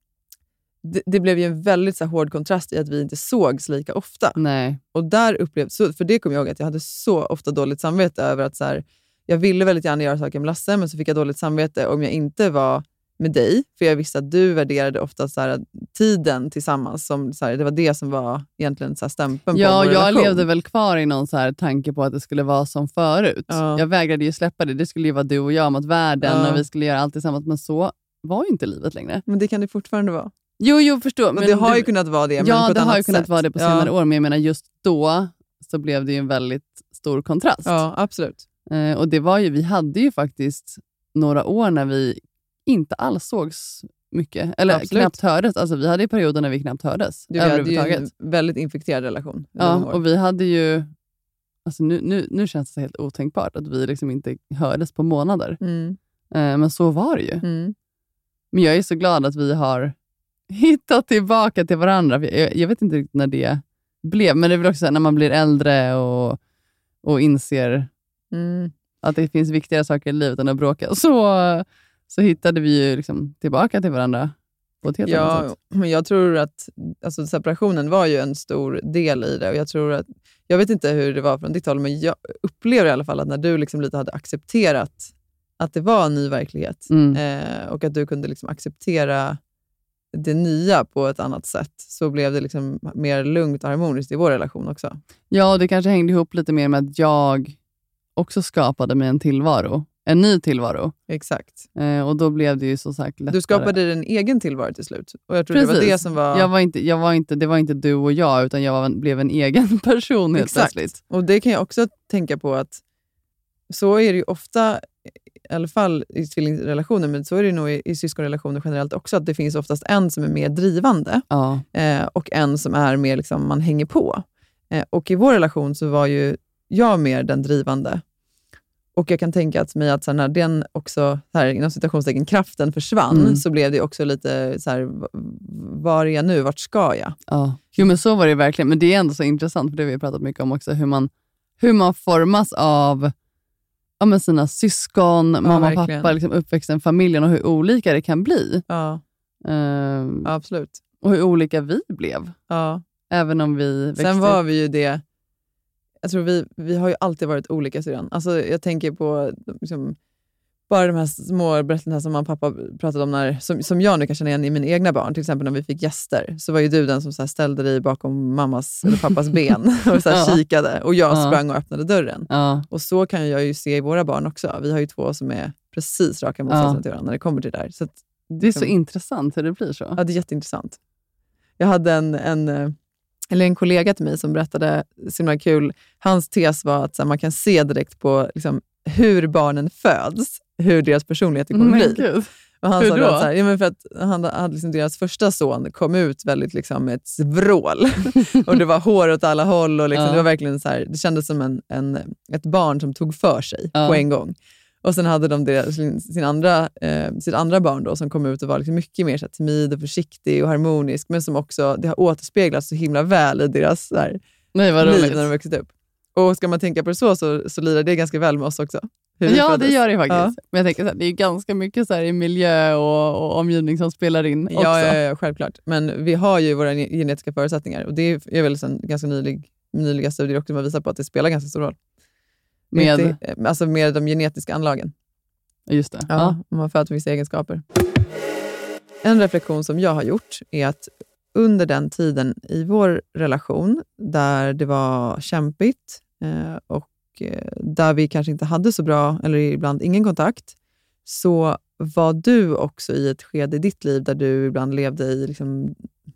Det, det blev ju en väldigt så här, hård kontrast i att vi inte sågs lika ofta. Nej. Och där upplevde, så, för det kom jag ihåg att jag hade så ofta dåligt samvete över att så här, jag ville väldigt gärna göra saker med Lasse, men så fick jag dåligt samvete om jag inte var med dig. För jag visste att du värderade ofta så här, tiden tillsammans. Som, så här, det var det som var egentligen så här, stämpeln Ja, på vår jag relation. levde väl kvar i någon så här tanke på att det skulle vara som förut. Ja. Jag vägrade ju släppa det. Det skulle ju vara du och jag mot världen Ja. och vi skulle göra allt tillsammans. Men så var ju inte livet längre. Men det kan det fortfarande vara. Jo, jo, förstå. Men det har ju kunnat vara det, men ja, på ett det har annat ju kunnat sätt. vara det på Ja. senare år. Men jag menar just då så blev det ju en väldigt stor kontrast. Ja, absolut. Eh, och det var ju, vi hade ju faktiskt några år när vi inte alls sågs mycket. Eller Absolut. knappt hördes. Alltså vi hade ju perioder när vi knappt hördes. Du hade ju överhuvudtaget. en väldigt infekterad relation. Ja, de år. och vi hade ju... Alltså nu, nu, nu känns det helt otänkbart att vi liksom inte hördes på månader. Mm. Eh, men så var det ju. Mm. Men jag är så glad att vi har hittat tillbaka till varandra. Jag, jag vet inte riktigt när det blev, men det är väl också när man blir äldre och, och inser Mm. att det finns viktigare saker i livet än att bråka. Så, så hittade vi ju liksom tillbaka till varandra på ett helt annat Ja, sätt. men jag tror att alltså, separationen var ju en stor del i det. Och jag tror att, jag vet inte hur det var från ditt håll, men jag upplever i alla fall att när du liksom lite hade accepterat att det var en ny verklighet Mm. eh, och att du kunde liksom acceptera det nya på ett annat sätt, så blev det liksom mer lugnt och harmoniskt i vår relation också. Ja, och det kanske hängde ihop lite mer med att jag också skapade mig en tillvaro. En ny tillvaro. Exakt. Eh, och då blev det ju så sagt lättare. Du skapade din egen tillvaro till slut. Och jag tror Precis. det var det som var... Jag var inte, jag var inte, det var inte du och jag, utan jag var en, blev en egen person helt Exakt. plötsligt. Och det kan jag också tänka på att så är det ju ofta, i alla fall i tvillingrelationer, men så är det nog i, i syskonrelationer generellt också, att det finns oftast en som är mer drivande Ja. eh, och en som är mer liksom, man hänger på. Eh, och i vår relation så var ju jag mer den drivande. Och jag kan tänka att, mig att så här, när den också, så här, inom citationstecken, kraften försvann, Mm. så blev det också lite så här, v- var är jag nu, vart ska jag? Ja. Jo, men så var det verkligen. Men det är ändå så intressant, för det har vi pratat mycket om också, hur man, hur man formas av ja, men sina syskon, mamma och verkligen. pappa, liksom uppväxten, familjen, och hur olika det kan bli. Ja, Ehm, ja absolut. och hur olika vi blev. Ja. Även om vi växte. Sen var vi ju det, jag tror vi, vi har ju alltid varit olika syrran. Alltså jag tänker på liksom, bara de här små berättelserna som mamma och pappa pratade om, när, som, som jag nu kan känna igen i mina egna barn. Till exempel när vi fick gäster, så var ju du den som så här ställde dig bakom mammas eller pappas ben och så här Ja. kikade. Och jag Ja. sprang och öppnade dörren. Ja. Och så kan jag ju se i våra barn också. Vi har ju två som är precis raka motsatsen Ja. till varandra när det kommer till det där. Så att, Det är så intressant hur det blir så. ja, det är jätteintressant. Jag hade en, en, eh, eller en kollega till mig som berättade, så himla kul, hans tes var att så här, man kan se direkt på liksom, hur barnen föds, hur deras personligheter kommer Men bli. gud. Och han Hur sa då? att, så här, ja, men för att han hade liksom, deras första son kom ut väldigt liksom, med ett vrål. Och det var hår åt alla håll. Och liksom, Ja. det var verkligen så här, det kändes som en, en, ett barn som tog för sig Ja. på en gång. Och sen hade de deras, sin andra, eh, sitt andra barn då, som kom ut och var liksom mycket mer så här, timid och försiktig och harmonisk. Men som också, det har återspeglats så himla väl i deras så här, Nej, vad liv roligt. när de vuxit upp. Och ska man tänka på det så, så, så lirar det ganska väl med oss också. Hur vi Ja, föddes. det gör det faktiskt. Ja. Men jag tänker så här, det är ju ganska mycket så här i miljö och, och omgivning som spelar in också. Ja, ja, ja, självklart. Men vi har ju våra ge- genetiska förutsättningar. Och det är väl en ganska nylig, nyliga studier också som visar på att det spelar ganska stor roll. Med? Inte- Alltså med de genetiska anlagen. Just det. Ja, Ja. om man föds med vissa egenskaper. En reflektion som jag har gjort är att under den tiden i vår relation där det var kämpigt eh, och eh, där vi kanske inte hade så bra, eller ibland ingen kontakt, så var du också i ett skede i ditt liv där du ibland levde i liksom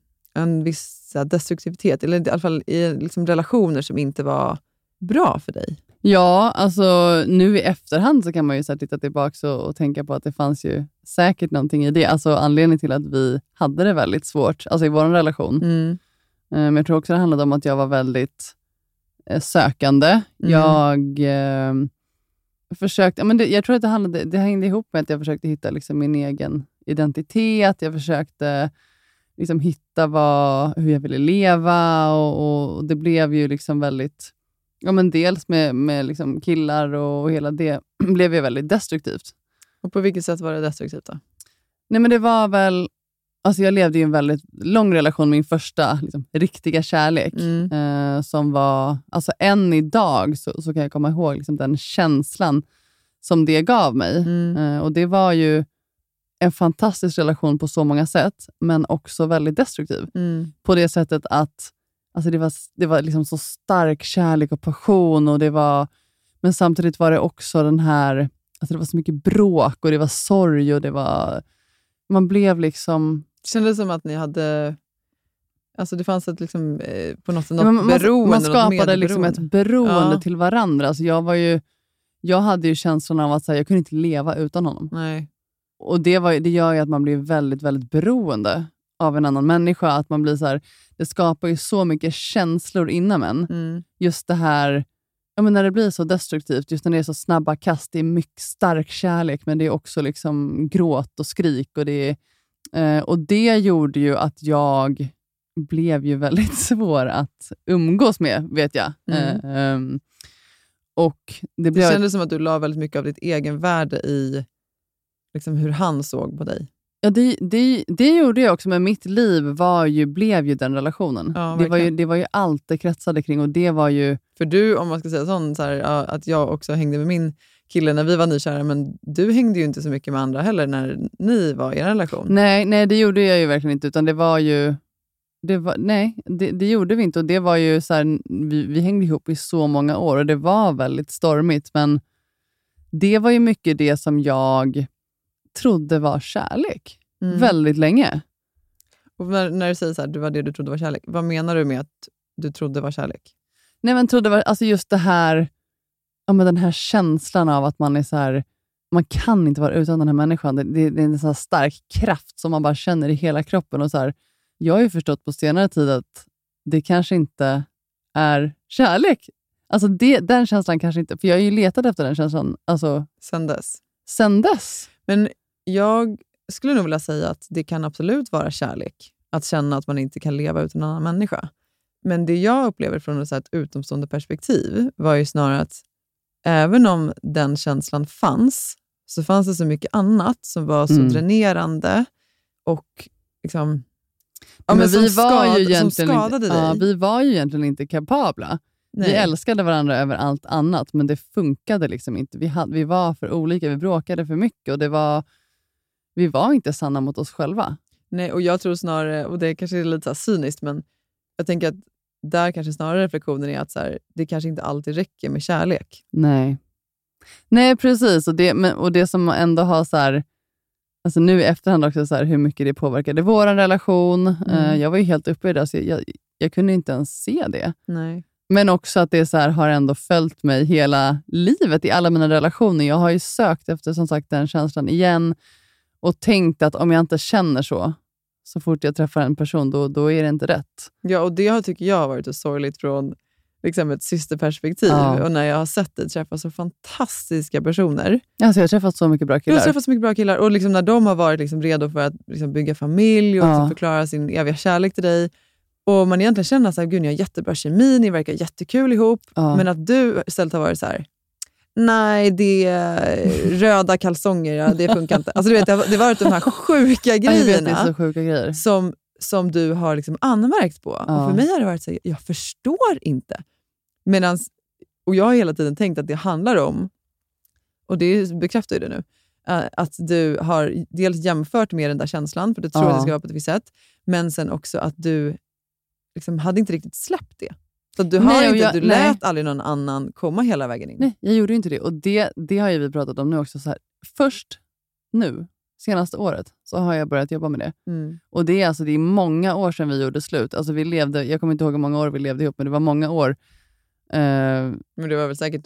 en viss så här, destruktivitet, eller i alla fall i liksom, relationer som inte var bra för dig. Ja, alltså nu i efterhand så kan man ju så här titta tillbaka och, och tänka på att det fanns ju säkert någonting i det. Alltså anledningen till att vi hade det väldigt svårt, alltså i vår relation. Mm. Eh, Men jag tror också det handlade om att jag var väldigt eh, sökande. Mm. Jag eh, försökte, ja, men det, jag tror att det, handlade, det hängde ihop med att jag försökte hitta liksom min egen identitet. Jag försökte liksom hitta vad, hur jag ville leva och, och det blev ju liksom väldigt, ja men dels med, med liksom killar och hela det blev ju väldigt destruktivt. Och på vilket sätt var det destruktivt då? Nej men det var väl, alltså jag levde i en väldigt lång relation med min första liksom, riktiga kärlek. Mm. Eh, som var, alltså än idag så, så kan jag komma ihåg liksom, den känslan som det gav mig. Mm. Eh, och det var ju en fantastisk relation på så många sätt, men också väldigt destruktiv. Mm. På det sättet att alltså det var, det var liksom så stark kärlek och passion, och det var, men samtidigt var det också den här, alltså det var så mycket bråk och det var sorg och det var, man blev liksom... Det kändes som att ni hade, alltså det fanns ett liksom, eh, på något sätt något Ja, man, beroende. man något skapade liksom ett beroende Ja. till varandra. Alltså jag var ju, jag hade ju känslan av att så här, jag kunde inte leva utan honom. Nej. Och det, var, det gör ju att man blir väldigt, väldigt beroende av en annan människa. Att man blir så här, det skapar ju så mycket känslor inom en. Mm. Just det här, ja, men när det blir så destruktivt, just när det är så snabba kast, det är mycket stark kärlek, men det är också liksom gråt och skrik. Och det, är, eh, och det gjorde ju att jag blev ju väldigt svår att umgås med, vet jag. Mm. Eh, um, och det Det blev... kändes som att du la väldigt mycket av ditt egen värde i liksom hur han såg på dig. Ja, det, det, det gjorde jag också, men mitt liv var ju, blev ju den relationen. Ja, det, var ju, det var ju allt det kretsade kring och det var ju... För du, om man ska säga sånt, så här, ja, att jag också hängde med min kille när vi var nykära, men du hängde ju inte så mycket med andra heller när ni var i er relation. Nej, nej, det gjorde jag ju verkligen inte, utan det var ju... Det var, nej, det, det gjorde vi inte och det var ju så här, vi, vi hängde ihop i så många år och det var väldigt stormigt, men det var ju mycket det som jag trodde var kärlek. Mm. Väldigt länge. Och när, när du säger så här, det var det du trodde var kärlek, vad menar du med att du trodde var kärlek? Nej, men trodde var, alltså just det här, ja, men den här känslan av att man är så här, man kan inte vara utan den här människan. Det, det, det är en så här stark kraft som man bara känner i hela kroppen och så här, jag har ju förstått på senare tid att det kanske inte är kärlek. Alltså det, den känslan kanske inte, för jag har ju letat efter den känslan alltså sen dess. Sen dess. Men jag skulle nog vilja säga att det kan absolut vara kärlek. Att känna att man inte kan leva utan en annan människa. Men det jag upplever från ett utomstående perspektiv var ju snarare att även om den känslan fanns, så fanns det så mycket annat som var så mm. dränerande och liksom... Ja, men, men vi, var skad, ju egentligen inte, ja, vi var ju egentligen inte kapabla. Nej. Vi älskade varandra över allt annat, men det funkade liksom inte. Vi, hade, vi var för olika, vi bråkade för mycket och det var, vi var inte sanna mot oss själva. Nej, och jag tror snarare, och det kanske är lite så här cyniskt, men jag tänker att där kanske snarare reflektionen är att så här, det kanske inte alltid räcker med kärlek. Nej, Nej precis. Och det, men, och det som ändå har så här, alltså nu i efterhand också så här, hur mycket det påverkade vår relation. Mm. Uh, jag var ju helt uppe i det, så jag, jag, jag kunde inte ens se det. Nej. Men också att det så här, har ändå följt mig hela livet i alla mina relationer. Jag har ju sökt efter som sagt den känslan igen och tänkt att om jag inte känner så, så fort jag träffar en person, då, då är det inte rätt. Ja, och det har, tycker jag har varit så sorgligt från liksom ett systerperspektiv. Ja. Och när jag har sett dig träffa så fantastiska personer. Alltså jag har träffat så mycket bra killar. Jag har träffat så mycket bra killar. Och liksom när de har varit liksom redo för att liksom bygga familj och ja. förklara sin eviga kärlek till dig. Och man egentligen känner att ni har jättebra kemi, ni verkar jättekul ihop. Ja. Men att du istället har varit så här: nej, det är röda kalsonger, ja, det funkar inte. Alltså du vet, det har varit de här sjuka grejerna. Jag vet, det är så sjuka grejer. Som, som du har liksom anmärkt på. Ja. Och för mig har det varit så här, jag förstår inte. Medans, och jag har hela tiden tänkt att det handlar om, och det bekräftar ju det nu, att du har dels jämfört med den där känslan, för du tror ja. att det ska vara på ett visst sätt, men sen också att du liksom hade inte riktigt släppt det. Så du, har nej, inte, jag, du lät nej. aldrig någon annan komma hela vägen in. Nej, jag gjorde inte det. Och det, det har ju vi pratat om nu också. Så här, först nu, senaste året, så har jag börjat jobba med det. Mm. Och det är, alltså, det är många år sedan vi gjorde slut. Alltså, vi levde, jag kommer inte ihåg hur många år vi levde ihop, men det var många år. Uh, men det var väl säkert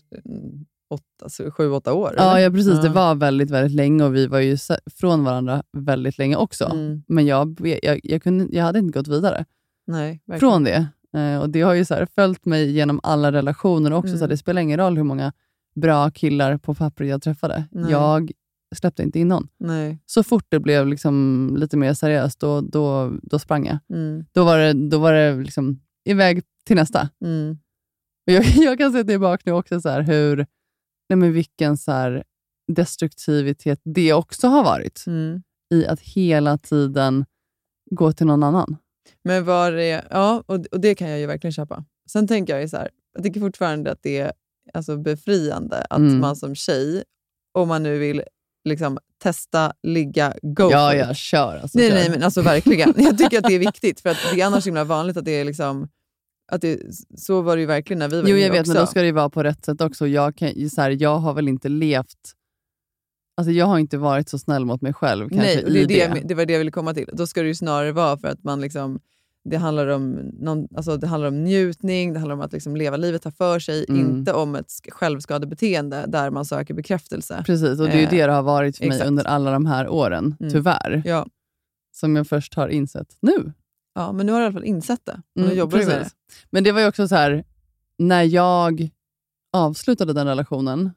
åtta, sju, åtta år? Ja, ja, precis. Ja. Det var väldigt, väldigt länge och vi var ju från varandra väldigt länge också. Mm. Men jag, jag, jag, kunde, jag hade inte gått vidare. Nej, verkligen. Från det. Uh, och det har ju så här följt mig genom alla relationer också. Mm. Så det spelar ingen roll hur många bra killar på papper jag träffade. Nej. Jag släppte inte in någon. Nej. Så fort det blev liksom lite mer seriöst, då, då, då sprang jag. Mm. Då var det, då var det liksom iväg till nästa. Mm. Och jag, jag kan se tillbaka nu också så här hur, nej men vilken så här destruktivitet det också har varit. Mm. I att hela tiden gå till någon annan. Men var det, ja, och, och det kan jag ju verkligen köpa. Sen tänker jag ju så här, jag tycker fortfarande att det är alltså befriande att mm. man som tjej, om man nu vill liksom testa, ligga, go ja, for jag it. kör. Alltså, nej, kör. nej, men alltså verkligen. Jag tycker att det är viktigt, för att det är annars himla vanligt att det är liksom, att det, så var det ju verkligen när vi var Jo, jag vet, också. Men då ska det ju vara på rätt sätt också. Jag, kan, så här, jag har väl inte levt, alltså jag har inte varit så snäll mot mig själv. Kanske, nej, och det, är i det, det. det var det jag ville komma till. Då ska det ju snarare vara för att man liksom, det handlar om, någon, alltså det handlar om njutning, det handlar om att liksom leva livet, ta för sig, mm. inte om ett självskadebeteende där man söker bekräftelse. Precis, och det är ju det det har varit för mig Exakt. under alla de här åren, mm. tyvärr. Ja. Som jag först har insett nu. Ja, men nu har jag i alla fall insett det. Och mm, nu jobbar jag med det. Men det var ju också så här, när jag avslutade den relationen,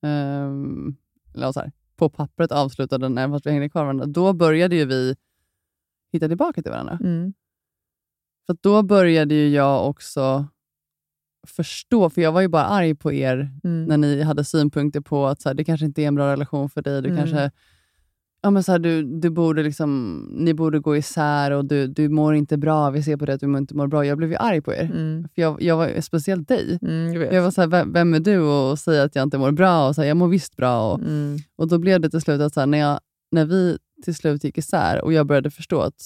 um, eller så här, på pappret avslutade den, fast vi hängde kvar varandra, då började ju vi hitta tillbaka till varandra. Mm. För då började ju jag också förstå, för jag var ju bara arg på er mm. när ni hade synpunkter på att så här, det kanske inte är en bra relation för dig, du mm. kanske Ja, men så här, du, du borde liksom, ni borde gå isär och du, du mår inte bra. Vi ser på det att du inte mår bra. Jag blev ju arg på er. Mm. För jag, jag var speciellt dig. Mm, jag, vet. jag var så här, vem, vem är du och säger att jag inte mår bra? Och så här, jag mår visst bra. Och, mm. och då blev det till slut att så här, när, jag, när vi till slut gick isär och jag började förstå att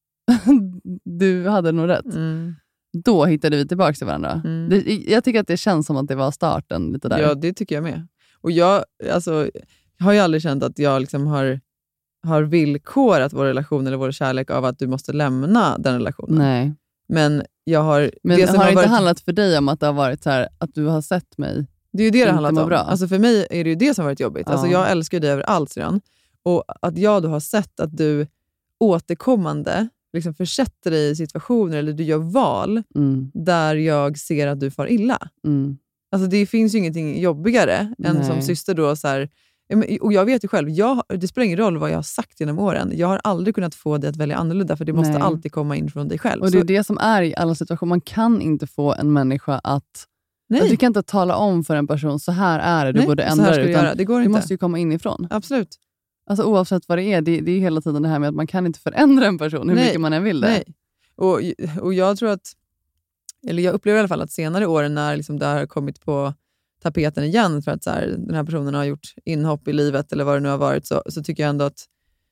du hade nog rätt. Mm. Då hittade vi tillbaka till varandra. Mm. Det, jag tycker att det känns som att det var starten lite där. Ja, det tycker jag med. Och jag, alltså, jag har ju aldrig känt att jag liksom har, har villkorat vår relation eller vår kärlek av att du måste lämna den relationen. Nej. Men jag har... Men det har som det har inte varit, handlat för dig om att det har varit så här, att du har sett mig? det är ju det det inte handlat mår om. bra? Alltså för mig är det ju det som har varit jobbigt. Ja. Alltså jag älskar ju dig över allt redan. Och att jag då har sett att du återkommande liksom försätter dig i situationer eller du gör val Mm. där jag ser att du far illa. Mm. Alltså det finns ju ingenting jobbigare än Nej. som syster då så här, och jag vet ju själv, jag, det spelar ingen roll vad jag har sagt genom åren. Jag har aldrig kunnat få dig att välja annorlunda för det måste Nej. alltid komma in från dig själv. Och det är Så, det som är i alla situationer. Man kan inte få en människa att... nej, Att du kan inte tala om för en person, så här är det, du nej, borde så ändra här det. ska du Utan göra. Det går det inte. måste ju komma inifrån. Absolut. Alltså oavsett vad det är, det, det är hela tiden det här med att man kan inte förändra en person hur Nej. mycket man än vill det. Nej. Och, och jag tror att, eller jag upplever i alla fall att senare åren när liksom det har kommit på tapeten igen för att så här, den här personen har gjort inhopp i livet eller vad det nu har varit, så, så tycker jag ändå att,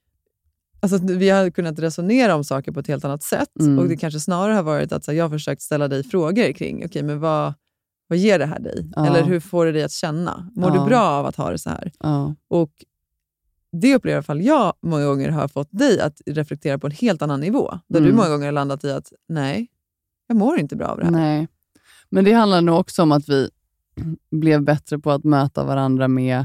alltså, att vi har kunnat resonera om saker på ett helt annat sätt. Mm. Och det kanske snarare har varit att så här, jag har försökt ställa dig frågor kring, okej, okay, men vad, vad ger det här dig? Ja. Eller hur får det dig att känna? Mår Ja. du bra av att ha det så här? Ja. Och det upplever i alla fall jag många gånger har fått dig att reflektera på en helt annan nivå. Där Mm. du många gånger har landat i att nej, jag mår inte bra av det här. Nej. Men det handlar nog också om att vi blev bättre på att möta varandra med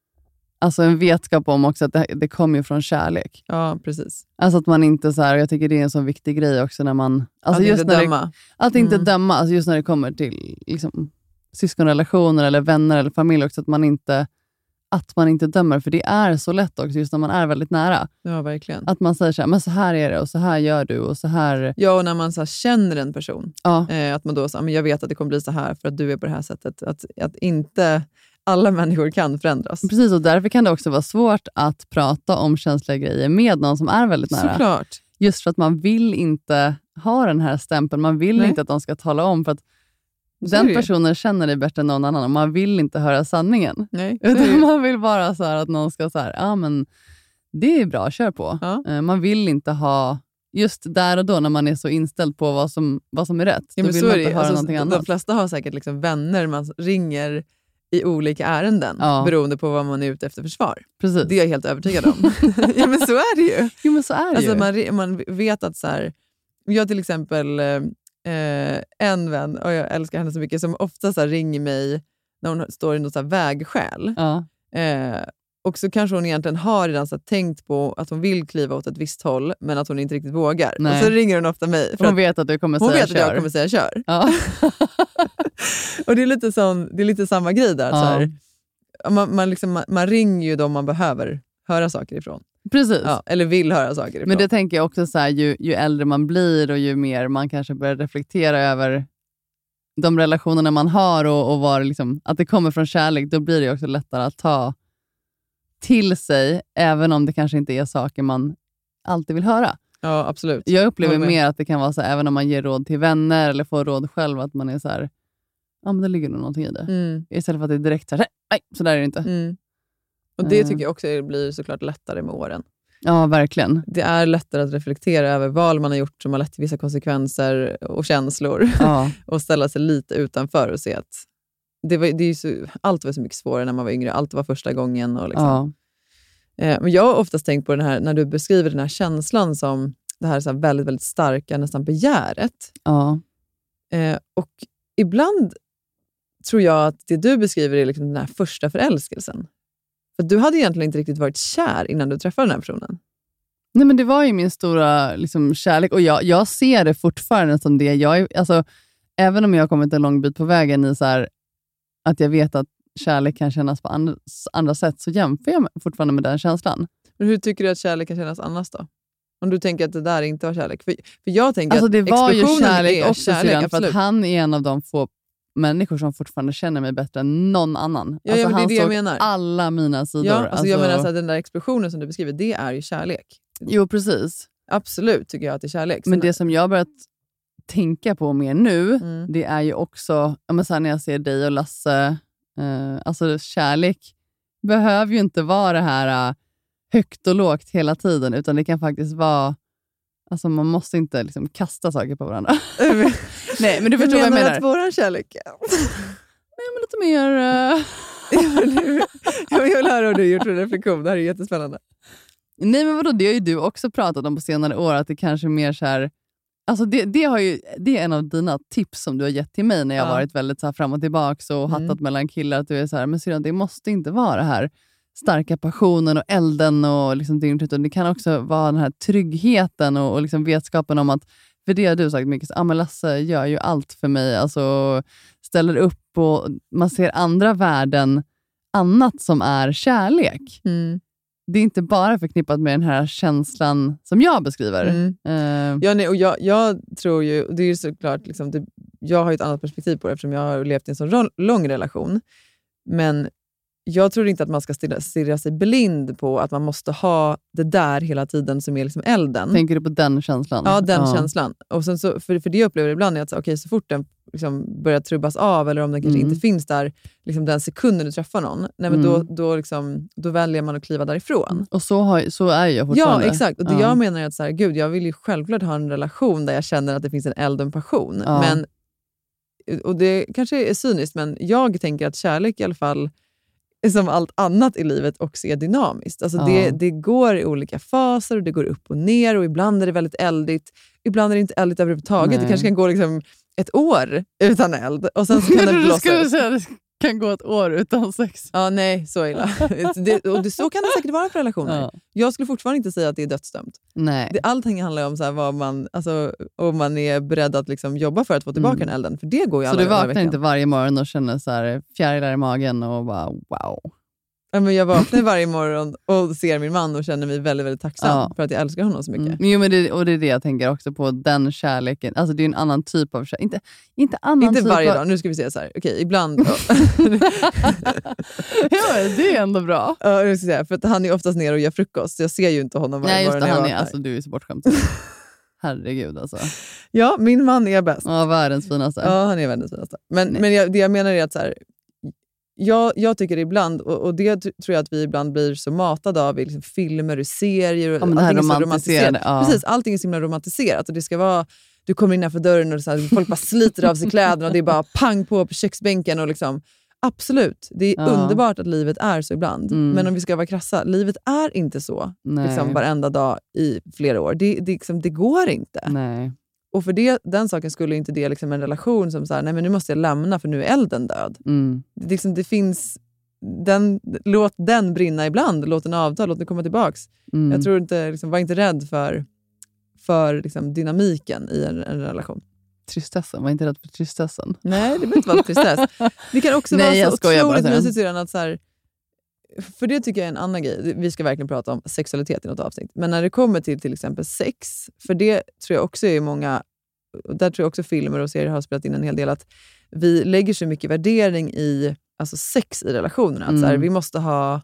alltså en vetskap om också att det, det kommer ju från kärlek. Ja, precis. Alltså att man inte så här, jag tycker det är en så viktig grej också när man... Alltså att just inte när döma. Det, att inte Mm. döma, alltså just när det kommer till liksom, syskonrelationer eller vänner eller familj också, att man inte att man inte dömer, för det är så lätt också just när man är väldigt nära. Ja, verkligen. Att man säger så här, men så här är det och så här gör du och så här... Ja, och när man så här känner en person. Ja. Eh, att man då säger, men jag vet att det kommer bli så här för att du är på det här sättet. Att, att inte alla människor kan förändras. Precis, och därför kan det också vara svårt att prata om känsliga grejer med någon som är väldigt nära. Såklart. Just för att man vill inte ha den här stämpeln. Man vill Nej. inte att de ska tala om, för att Så är det den ju. personen känner dig bättre än någon annan och man vill inte höra sanningen. Nej, så är det Utan ju. man vill bara så här att någon ska säga, ja men det är bra, kör på. Ja. Eh, Man vill inte ha, just där och då när man är så inställd på vad som, vad som är rätt, Ja, då men vill så man är inte det. höra Alltså, någonting de annat. flesta har säkert liksom vänner man ringer i olika ärenden Ja. beroende på vad man är ute efter för svar. Precis. Det är jag helt övertygad om. Ja, men så är det ju. Jo, men så är det Alltså, ju. man, re- man vet att så här, jag till exempel eh, en vän, och jag älskar henne så mycket, som ofta så här, ringer mig när hon står i något så här vägskäl. Ja. Eh, och så kanske hon egentligen har redan så här, tänkt på att hon vill kliva åt ett visst håll, men att hon inte riktigt vågar. Nej. Och så ringer hon ofta mig. För Hon att vet att du kommer hon säga vet att jag kör. kommer säga kör. Ja. Och det är lite, sån, det är lite samma grej där. Ja. Så här, man, man, liksom, man, man ringer ju dem man behöver höra saker ifrån. Precis. Ja, eller vill höra saker ifrån. Men det tänker jag också så här, ju, ju äldre man blir och ju mer man kanske börjar reflektera över de relationerna man har och, och var liksom, att det kommer från kärlek, då blir det också lättare att ta till sig, även om det kanske inte är saker man alltid vill höra. Ja, absolut. Jag upplever Håller med. mer att det kan vara så här, även om man ger råd till vänner eller får råd själv, att man är så här, ja men det ligger nog någonting i det. Mm. Istället för att det är direkt så här, nej, så där är det inte. Mm. Och det Eh. tycker jag också blir såklart lättare med åren. Ja, verkligen. Det är lättare att reflektera över val man har gjort som har lett till vissa konsekvenser och känslor. Ja. Och ställa sig lite utanför och se att det var, det är ju så, allt var så mycket svårare när man var yngre. Allt var första gången. Och liksom. Ja. eh, men jag har oftast tänkt på den här, när du beskriver den här känslan som det här, så här väldigt, väldigt starka, nästan begäret. Ja. Eh, och ibland tror jag att det du beskriver är liksom den här första förälskelsen. För du hade egentligen inte riktigt varit kär innan du träffade den här personen. Nej, men det var ju min stora liksom, kärlek, och jag, jag ser det fortfarande som det. Jag är, alltså, även om jag har kommit en lång bit på vägen i så här, att jag vet att kärlek kan kännas på andra, andra sätt, så jämför jag fortfarande med den känslan. Men hur tycker du att kärlek kan kännas annars då? Om du tänker att det där inte var kärlek. För, för jag tänker Alltså, att det var ju explosionen kärlek är också, kärlek, syrran, för absolut. att han är en av de få människor som fortfarande känner mig bättre än någon annan. Ja, alltså, ja, men det är han det jag såg menar. alla mina sidor. Ja, alltså, alltså, jag menar så här, den där explosionen som du beskriver, det är ju kärlek. Jo, precis. Absolut tycker jag att det är kärlek. Men det som jag har börjat tänka på mer nu, Mm. det är ju också, ja, men så här, när jag ser dig och Lasse, eh, alltså kärlek behöver ju inte vara det här uh, högt och lågt hela tiden, utan det kan faktiskt vara, alltså man måste inte liksom kasta saker på varandra. Nej, men du förstår vad jag menar. Menar att våran kärlek? Nej, men lite mer... Uh... jag vill höra vad du gjort för reflektion, det här är jättespännande. Nej, men vadå, det har ju du också pratat om på senare år, att det kanske är mer så här... Alltså det, det, har ju, det är en av dina tips som du har gett till mig när jag har Ja. varit väldigt så här fram och tillbaka och hattat Mm. mellan killar. Att du är så här, men syrran, det måste inte vara det här starka passionen och elden och liksom dygnet, utan det kan också vara den här tryggheten och, och liksom vetskapen om att, för det har du sagt mycket, ah, men Lasse gör ju allt för mig, alltså ställer upp och man ser andra värden, annat som är kärlek. Mm. Det är inte bara förknippat med den här känslan som jag beskriver. Mm. Uh, Ja, nej, och jag, jag tror ju, och det är ju såklart, liksom, det, jag har ju ett annat perspektiv på det eftersom jag har levt i en så ro- lång relation. Men jag tror inte att man ska stirra, stirra sig blind på att man måste ha det där hela tiden som är liksom elden. Tänker du på den känslan? Ja, den ja. känslan. Och sen så, för, för det jag upplever ibland är att så, okay, så fort den liksom börjar trubbas av eller om den kanske Mm. inte finns där liksom den sekunden du träffar någon, nej, men Mm. då, då, liksom, då väljer man att kliva därifrån. Och så, har, så är jag Ja, fortfarande. exakt. Och det ja. jag menar är att så här, gud, jag vill ju självklart ha en relation där jag känner att det finns en eld och en passion. Ja. Men, och det kanske är cyniskt, men jag tänker att kärlek i alla fall, som allt annat i livet, också är dynamiskt. Alltså Ja. det, det går i olika faser och det går upp och ner och ibland är det väldigt eldigt. Ibland är det inte eldigt överhuvudtaget. Nej. Det kanske kan gå liksom ett år utan eld och sen så kan det Du blåsa skulle upp. säga att det kan gå ett år utan sex. Ja, nej, så illa. Det, och det, så kan det säkert vara för relationer. Ja. Jag skulle fortfarande inte säga att det är dödsdömt. Nej. Det, allting handlar om så här, vad man, alltså, om man är beredd att liksom jobba för att få tillbaka Mm. den elden. För det går ju Så alla du gånger i vaknar veckan. inte varje morgon och känner så här fjärilar i magen och bara wow. Ja, men jag vaknar varje morgon och ser min man och känner mig väldigt, väldigt tacksam Ja. för att jag älskar honom så mycket. Mm. Jo, men det, och det är det jag tänker också på, den kärleken. Alltså det är en annan typ av kärlek. Inte, inte annan Inte typ varje av... dag, nu ska vi se så här. Okej, ibland... Ja, det är ändå bra. Ja, jag ska säga, för att han är oftast ner och gör frukost, så jag ser ju inte honom varje Nej, just morgon det, när jag han är, vaknar. alltså, du är så bortskämd. Herregud alltså. Ja, min man är bäst. Ja, världens finaste. Ja, han är världens finaste. Men, Nej. men jag, det jag menar är att så här, jag, jag tycker ibland, och, och det t- tror jag att vi ibland blir så matade av i liksom filmer och serier. Och Ja, men det här allting är så romantiserade, ja. Precis, allting är så himla romantiserat. Och det ska vara, du kommer innanför dörren och så här, folk bara sliter av sig kläderna och det är bara pang på på köksbänken. Och liksom, absolut, det är Ja. underbart att livet är så ibland. Mm. Men om vi ska vara krassa, livet är inte så Nej. liksom, varenda dag i flera år. Det, det, liksom, det går inte. Nej. Och för det, den saken skulle inte det liksom en relation som så här, nej men nu måste jag lämna för nu är elden död. Mm. Det, liksom, det finns, den, låt den brinna ibland, låt den avta, låt den komma tillbaks. Mm. Jag tror inte, liksom, var inte rädd för, för liksom, dynamiken i en, en relation. Tristessen, var inte rädd för tristessen. Nej, det behöver inte vara tristess. Det kan också Nej, vara jag så skojar bara, otroligt säger mysigt syrran, att så här, för det tycker jag är en annan grej. Vi ska verkligen prata om sexualitet i något avsnitt. Men när det kommer till till exempel sex, för det tror jag också är många, och där tror jag också filmer och serier har spelat in en hel del, att vi lägger så mycket värdering i alltså sex i relationerna. Att Mm. så här, vi måste ha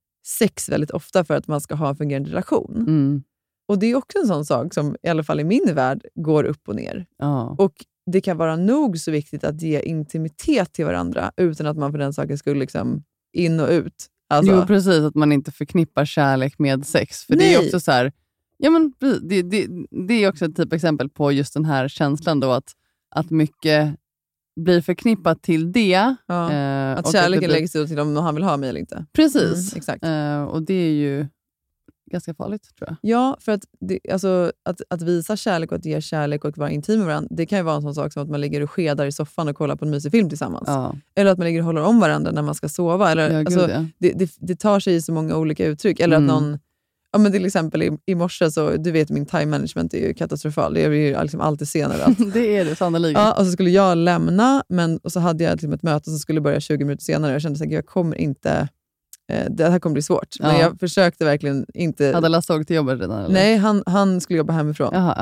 sex väldigt ofta för att man ska ha en fungerande relation. Mm. Och det är också en sån sak som i alla fall i min värld går upp och ner. Ja. Och det kan vara nog så viktigt att ge intimitet till varandra utan att man för den saken skulle liksom in och ut. Alltså, Jo, precis. Att man inte förknippar kärlek med sex. För det är Nej. också så här... Ja, men det, det, det är också ett typ exempel på just den här känslan då att, att mycket blir förknippat till det. ja, eh, och att det kärleken blir- läggs ut till om han vill ha mig eller inte. Precis. Mm, exakt. Eh, och det är ju ganska farligt, tror jag. Ja, för att, det, alltså, att, att visa kärlek och att ge kärlek och vara intim med varandra, det kan ju vara en sån sak som att man ligger och skedar i soffan och kollar på en mysig film tillsammans. Ja, Eller att man ligger och håller om varandra när man ska sova. Eller, ja gud, alltså, ja. det, det, det tar sig i så många olika uttryck. Eller Mm. att någon, ja, men till exempel i, i morse, så, du vet min time management är ju katastrofal. Det är ju liksom alltid senare. Allt. Det är det sannolikt. Ja, och så skulle jag lämna, men och så hade jag liksom ett möte som skulle börja tjugo minuter senare. Jag kände att jag kommer inte, eh, det här kommer bli svårt. Men Ja. jag försökte verkligen inte... Hade Lasse åkt till jobbet redan? Eller? Nej, han, han skulle jobba hemifrån. Jaha, ja.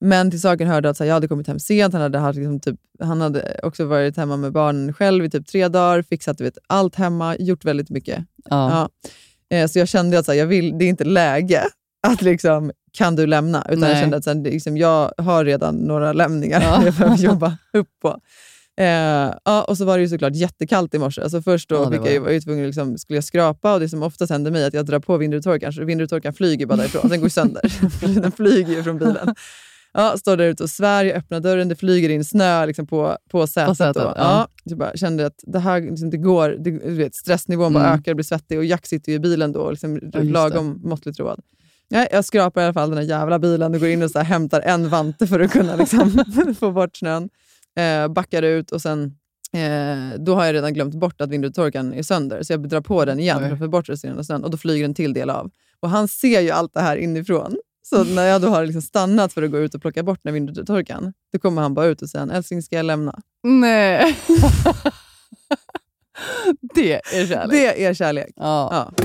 Men till saken hörde att så här, jag hade kommit hem sent. Han hade, haft, liksom, typ, han hade också varit hemma med barnen själv i typ tre dagar. Fixat vet, allt hemma. Gjort väldigt mycket. Ja. Ja. Eh, så jag kände att så här, jag vill, det är inte läge att liksom, kan du lämna? Utan Nej. jag kände att så här, liksom, jag har redan några lämningar ja. jag behöver jobba upp på. Eh, ja, och så var det ju såklart jättekallt i morse. Alltså först då ja, fick jag ju, var jag tvungen liksom, skulle jag skrapa och det som oftast händer mig att jag drar på vindrutetorkaren så vindrutetorkaren flyger bara därifrån. Den går sönder. Den flyger ju från bilen. Ja, står där ute och svär, jag öppnar dörren, det flyger in snö liksom på, på sätet. På sätet då. Ja. Ja, jag bara kände att det här liksom, det går, det, du vet, stressnivån mm. bara ökar, blir svettig och Jack sitter ju i bilen då och liksom, ja, lagom måttligt road. Ja, jag skrapar i alla fall den här jävla bilen och går in och så här, hämtar en vante för att kunna liksom, få bort snön. Eh, backar ut och sen eh, då har jag redan glömt bort att vindrutetorkaren är sönder så jag drar på den igen Oj. för att få bort resterande snön och då flyger en till del av. Och han ser ju allt det här inifrån. Så när jag då har liksom stannat för att gå ut och plocka bort den vindrutetorkaren då kommer han bara ut och säger älskling ska jag lämna? Nej. Det är kärlek. Det är kärlek. Ja. Ja.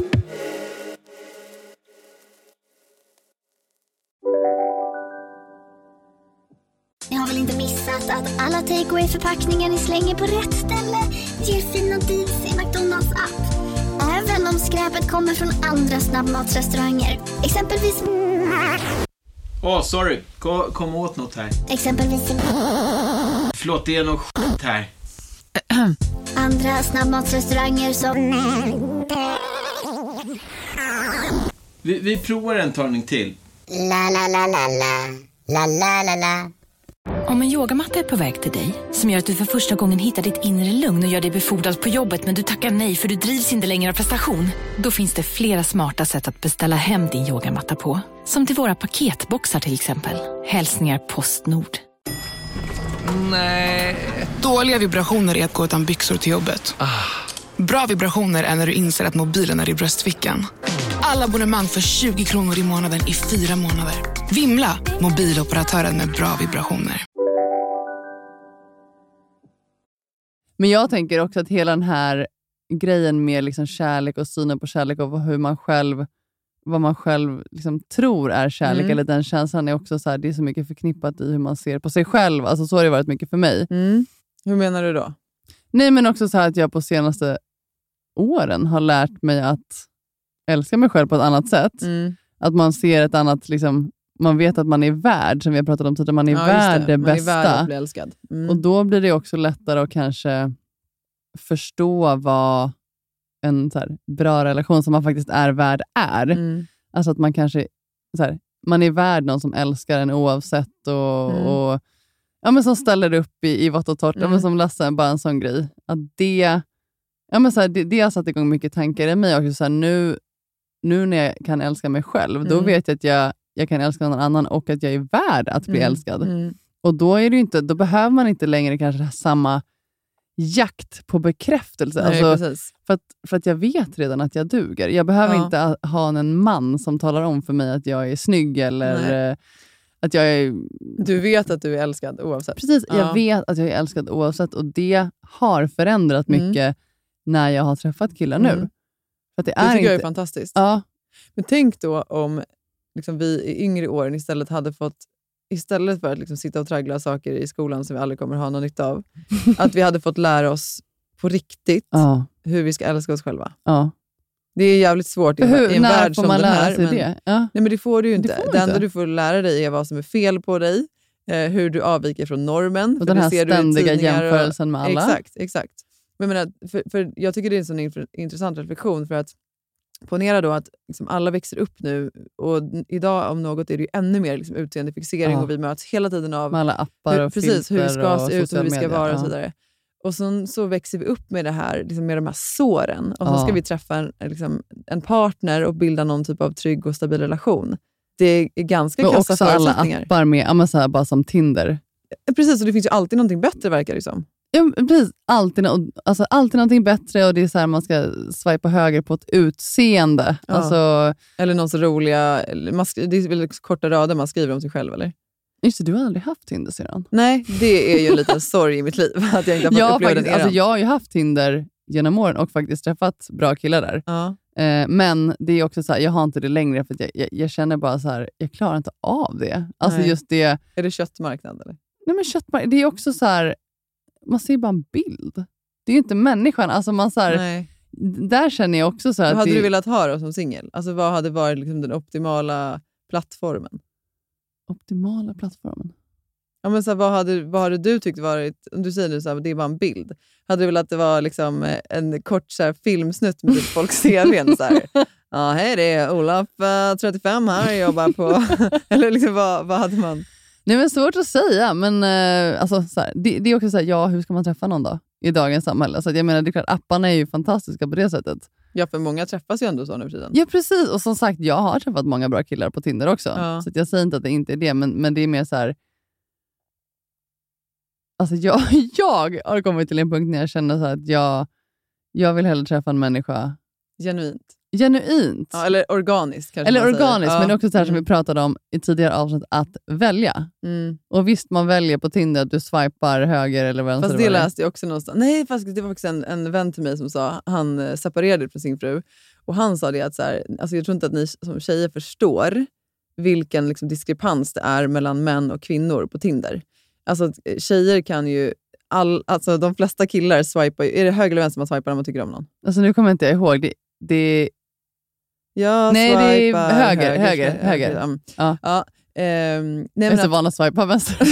Ni har väl inte missat att alla takeaway-förpackningar ni slänger på rätt ställe ger fina deals i McDonalds app. Även om skräpet kommer från andra snabbmatsrestauranger. Exempelvis... Åh, oh, sorry. Kom, kom åt något här. Exempelvis... Förlåt, det är något skit här. Andra snabbmatsrestauranger som... Vi, vi provar en talning till. La la la la la. La la la la. Om en yogamatta är på väg till dig, som gör att du för första gången hittar ditt inre lugn och gör dig befordrad på jobbet men du tackar nej för du drivs inte längre av prestation. Då finns det flera smarta sätt att beställa hem din yogamatta på. Som till våra paketboxar till exempel. Hälsningar Postnord. Nej. Dåliga vibrationer är att gå utan byxor till jobbet. Ah. Bra vibrationer är när du inser att mobilen är i bröstfickan. Alla abonnemang för tjugo kronor i månaden i fyra månader. Vimla, mobiloperatören med bra vibrationer. Men jag tänker också att hela den här grejen med liksom kärlek och synen på kärlek och hur man själv, vad man själv liksom tror är kärlek mm. eller den känslan är också så här, det är så mycket förknippat i hur man ser på sig själv. Alltså så har det varit mycket för mig. Mm. Hur menar du då? Nej, men också så här att jag på senaste åren har lärt mig att älska mig själv på ett annat sätt. Mm. Att man ser ett annat, liksom, man vet att man är värd, som vi har pratat om tidigare, man är ja, värd det, det man bästa. Är värd att bli älskad. Mm. Och då blir det också lättare att kanske förstå vad en så här, bra relation som man faktiskt är värd är. Mm. Alltså att man kanske, så här, man är värd någon som älskar en oavsett och, mm. och ja, men som ställer upp i, i vått och torrt. Mm. Ja, men som Lasse, bara en sån grej. Att det, ja, men så här, det, det har satt igång mycket tankar i mig också. Så här, nu, nu när jag kan älska mig själv, mm. då vet jag att jag, jag kan älska någon annan och att jag är värd att bli mm. älskad. Mm. Och då, är det inte, då behöver man inte längre kanske samma jakt på bekräftelse. Nej, alltså, för, att, för att jag vet redan att jag duger. Jag behöver ja. inte ha en man som talar om för mig att jag är snygg eller... Nej. Att jag är... Du vet att du är älskad oavsett. Precis, ja. jag vet att jag är älskad oavsett. Och det har förändrat mycket mm. när jag har träffat killar nu. Mm. För att det, det är tycker inte... jag är fantastiskt. Ja. Men tänk då om liksom, vi i yngre åren istället hade fått, istället för att liksom, sitta och traggla saker i skolan som vi aldrig kommer ha någon nytta av, att vi hade fått lära oss på riktigt ja. hur vi ska älska oss själva. Ja. Det är jävligt svårt i, hur, i en värld som den här. Men, det? Ja. Nej, men det får du ju inte. Det, det inte. enda du får lära dig är vad som är fel på dig, eh, hur du avviker från normen. Och för den här ser ständiga jämförelsen med alla. Exakt, exakt. Men, men, för, för jag tycker det är en sån in, intressant reflektion för att ponera då att liksom alla växer upp nu och idag om något är det ju ännu mer liksom utseendefixering ja. och vi möts hela tiden av med alla appar och precis, hur vi ska se ut och hur vi ska media. vara och ja. så vidare. Och så, så växer vi upp med det här, liksom med de här såren. Och så ja. ska vi träffa en, liksom, en partner och bilda någon typ av trygg och stabil relation. Det är ganska kassa också förutsättningar. Alla appar med, ja, men så här, bara som Tinder. Precis, och det finns ju alltid någonting bättre verkar det som. Ja, precis. Alltid, alltså, alltid någonting bättre och det är så här man ska swipa höger på ett utseende. Ja. Alltså, eller någon så roliga, man, det är väl korta rader man skriver om sig själv, eller? Just det, du har aldrig haft Tinder sedan. Nej, det är ju en liten sorg i mitt liv att jag inte har fått jag uppleva faktiskt, den alltså, jag har ju haft Tinder genom åren och faktiskt träffat bra killar där. Ja. Eh, men det är också så här, jag har inte det längre för att jag, jag, jag känner bara så här, jag klarar inte av det. Alltså Nej. just det. Är det köttmarknad eller? Nej men köttmarknad, det är också så här, man ser bara en bild. Det är ju inte människan. Alltså man så här, Nej. där känner jag också så här. Vad hade det, du velat ha då som singel? Alltså vad hade varit liksom den optimala plattformen? Optimala plattformen? Ja, men så här, vad, hade, vad hade du tyckt varit, om du säger nu så här, det är bara en bild. Hade du velat att det var liksom en kort så här, filmsnutt med typ folks C V:n så här. Ja, hej det är Olof, uh, trettiofem här, jobbar på... Eller liksom vad, vad hade man? Nej men svårt att säga, men uh, alltså, så här, det, det är också så här, ja hur ska man träffa någon då? I dagens samhälle. Så att jag menar, det är klart, apparna är ju fantastiska på det sättet. Ja, för många träffas ju ändå så nu för tiden. Ja, precis. Och som sagt, jag har träffat många bra killar på Tinder också. Ja. Så att jag säger inte att det inte är det, men, men det är mer så här... Alltså jag, jag har kommit till en punkt när jag känner så här att jag, jag vill hellre träffa en människa... Genuint. Genuint. Ja, eller organiskt kanske Eller man säger. organiskt, Ja. men det är också så här mm. som vi pratade om i tidigare avsnitt, att välja. Mm. Och visst, man väljer på Tinder att du swipar höger eller vänster. Fast det läste jag också någonstans. Nej, fast det var faktiskt en, en vän till mig som sa, han eh, separerade från sin fru. Och han sa det att så här, alltså jag tror inte att ni som tjejer förstår vilken liksom, diskrepans det är mellan män och kvinnor på Tinder. Alltså tjejer kan ju, all, alltså de flesta killar swipar ju, är det höger eller vänster man swipar när man tycker om någon? Alltså nu kommer jag inte ihåg, det, det Jag nej, det är swipar höger, höger, höger. höger. höger. Ja. Ja, ehm, nej, jag är men så att- van att swipa vänster.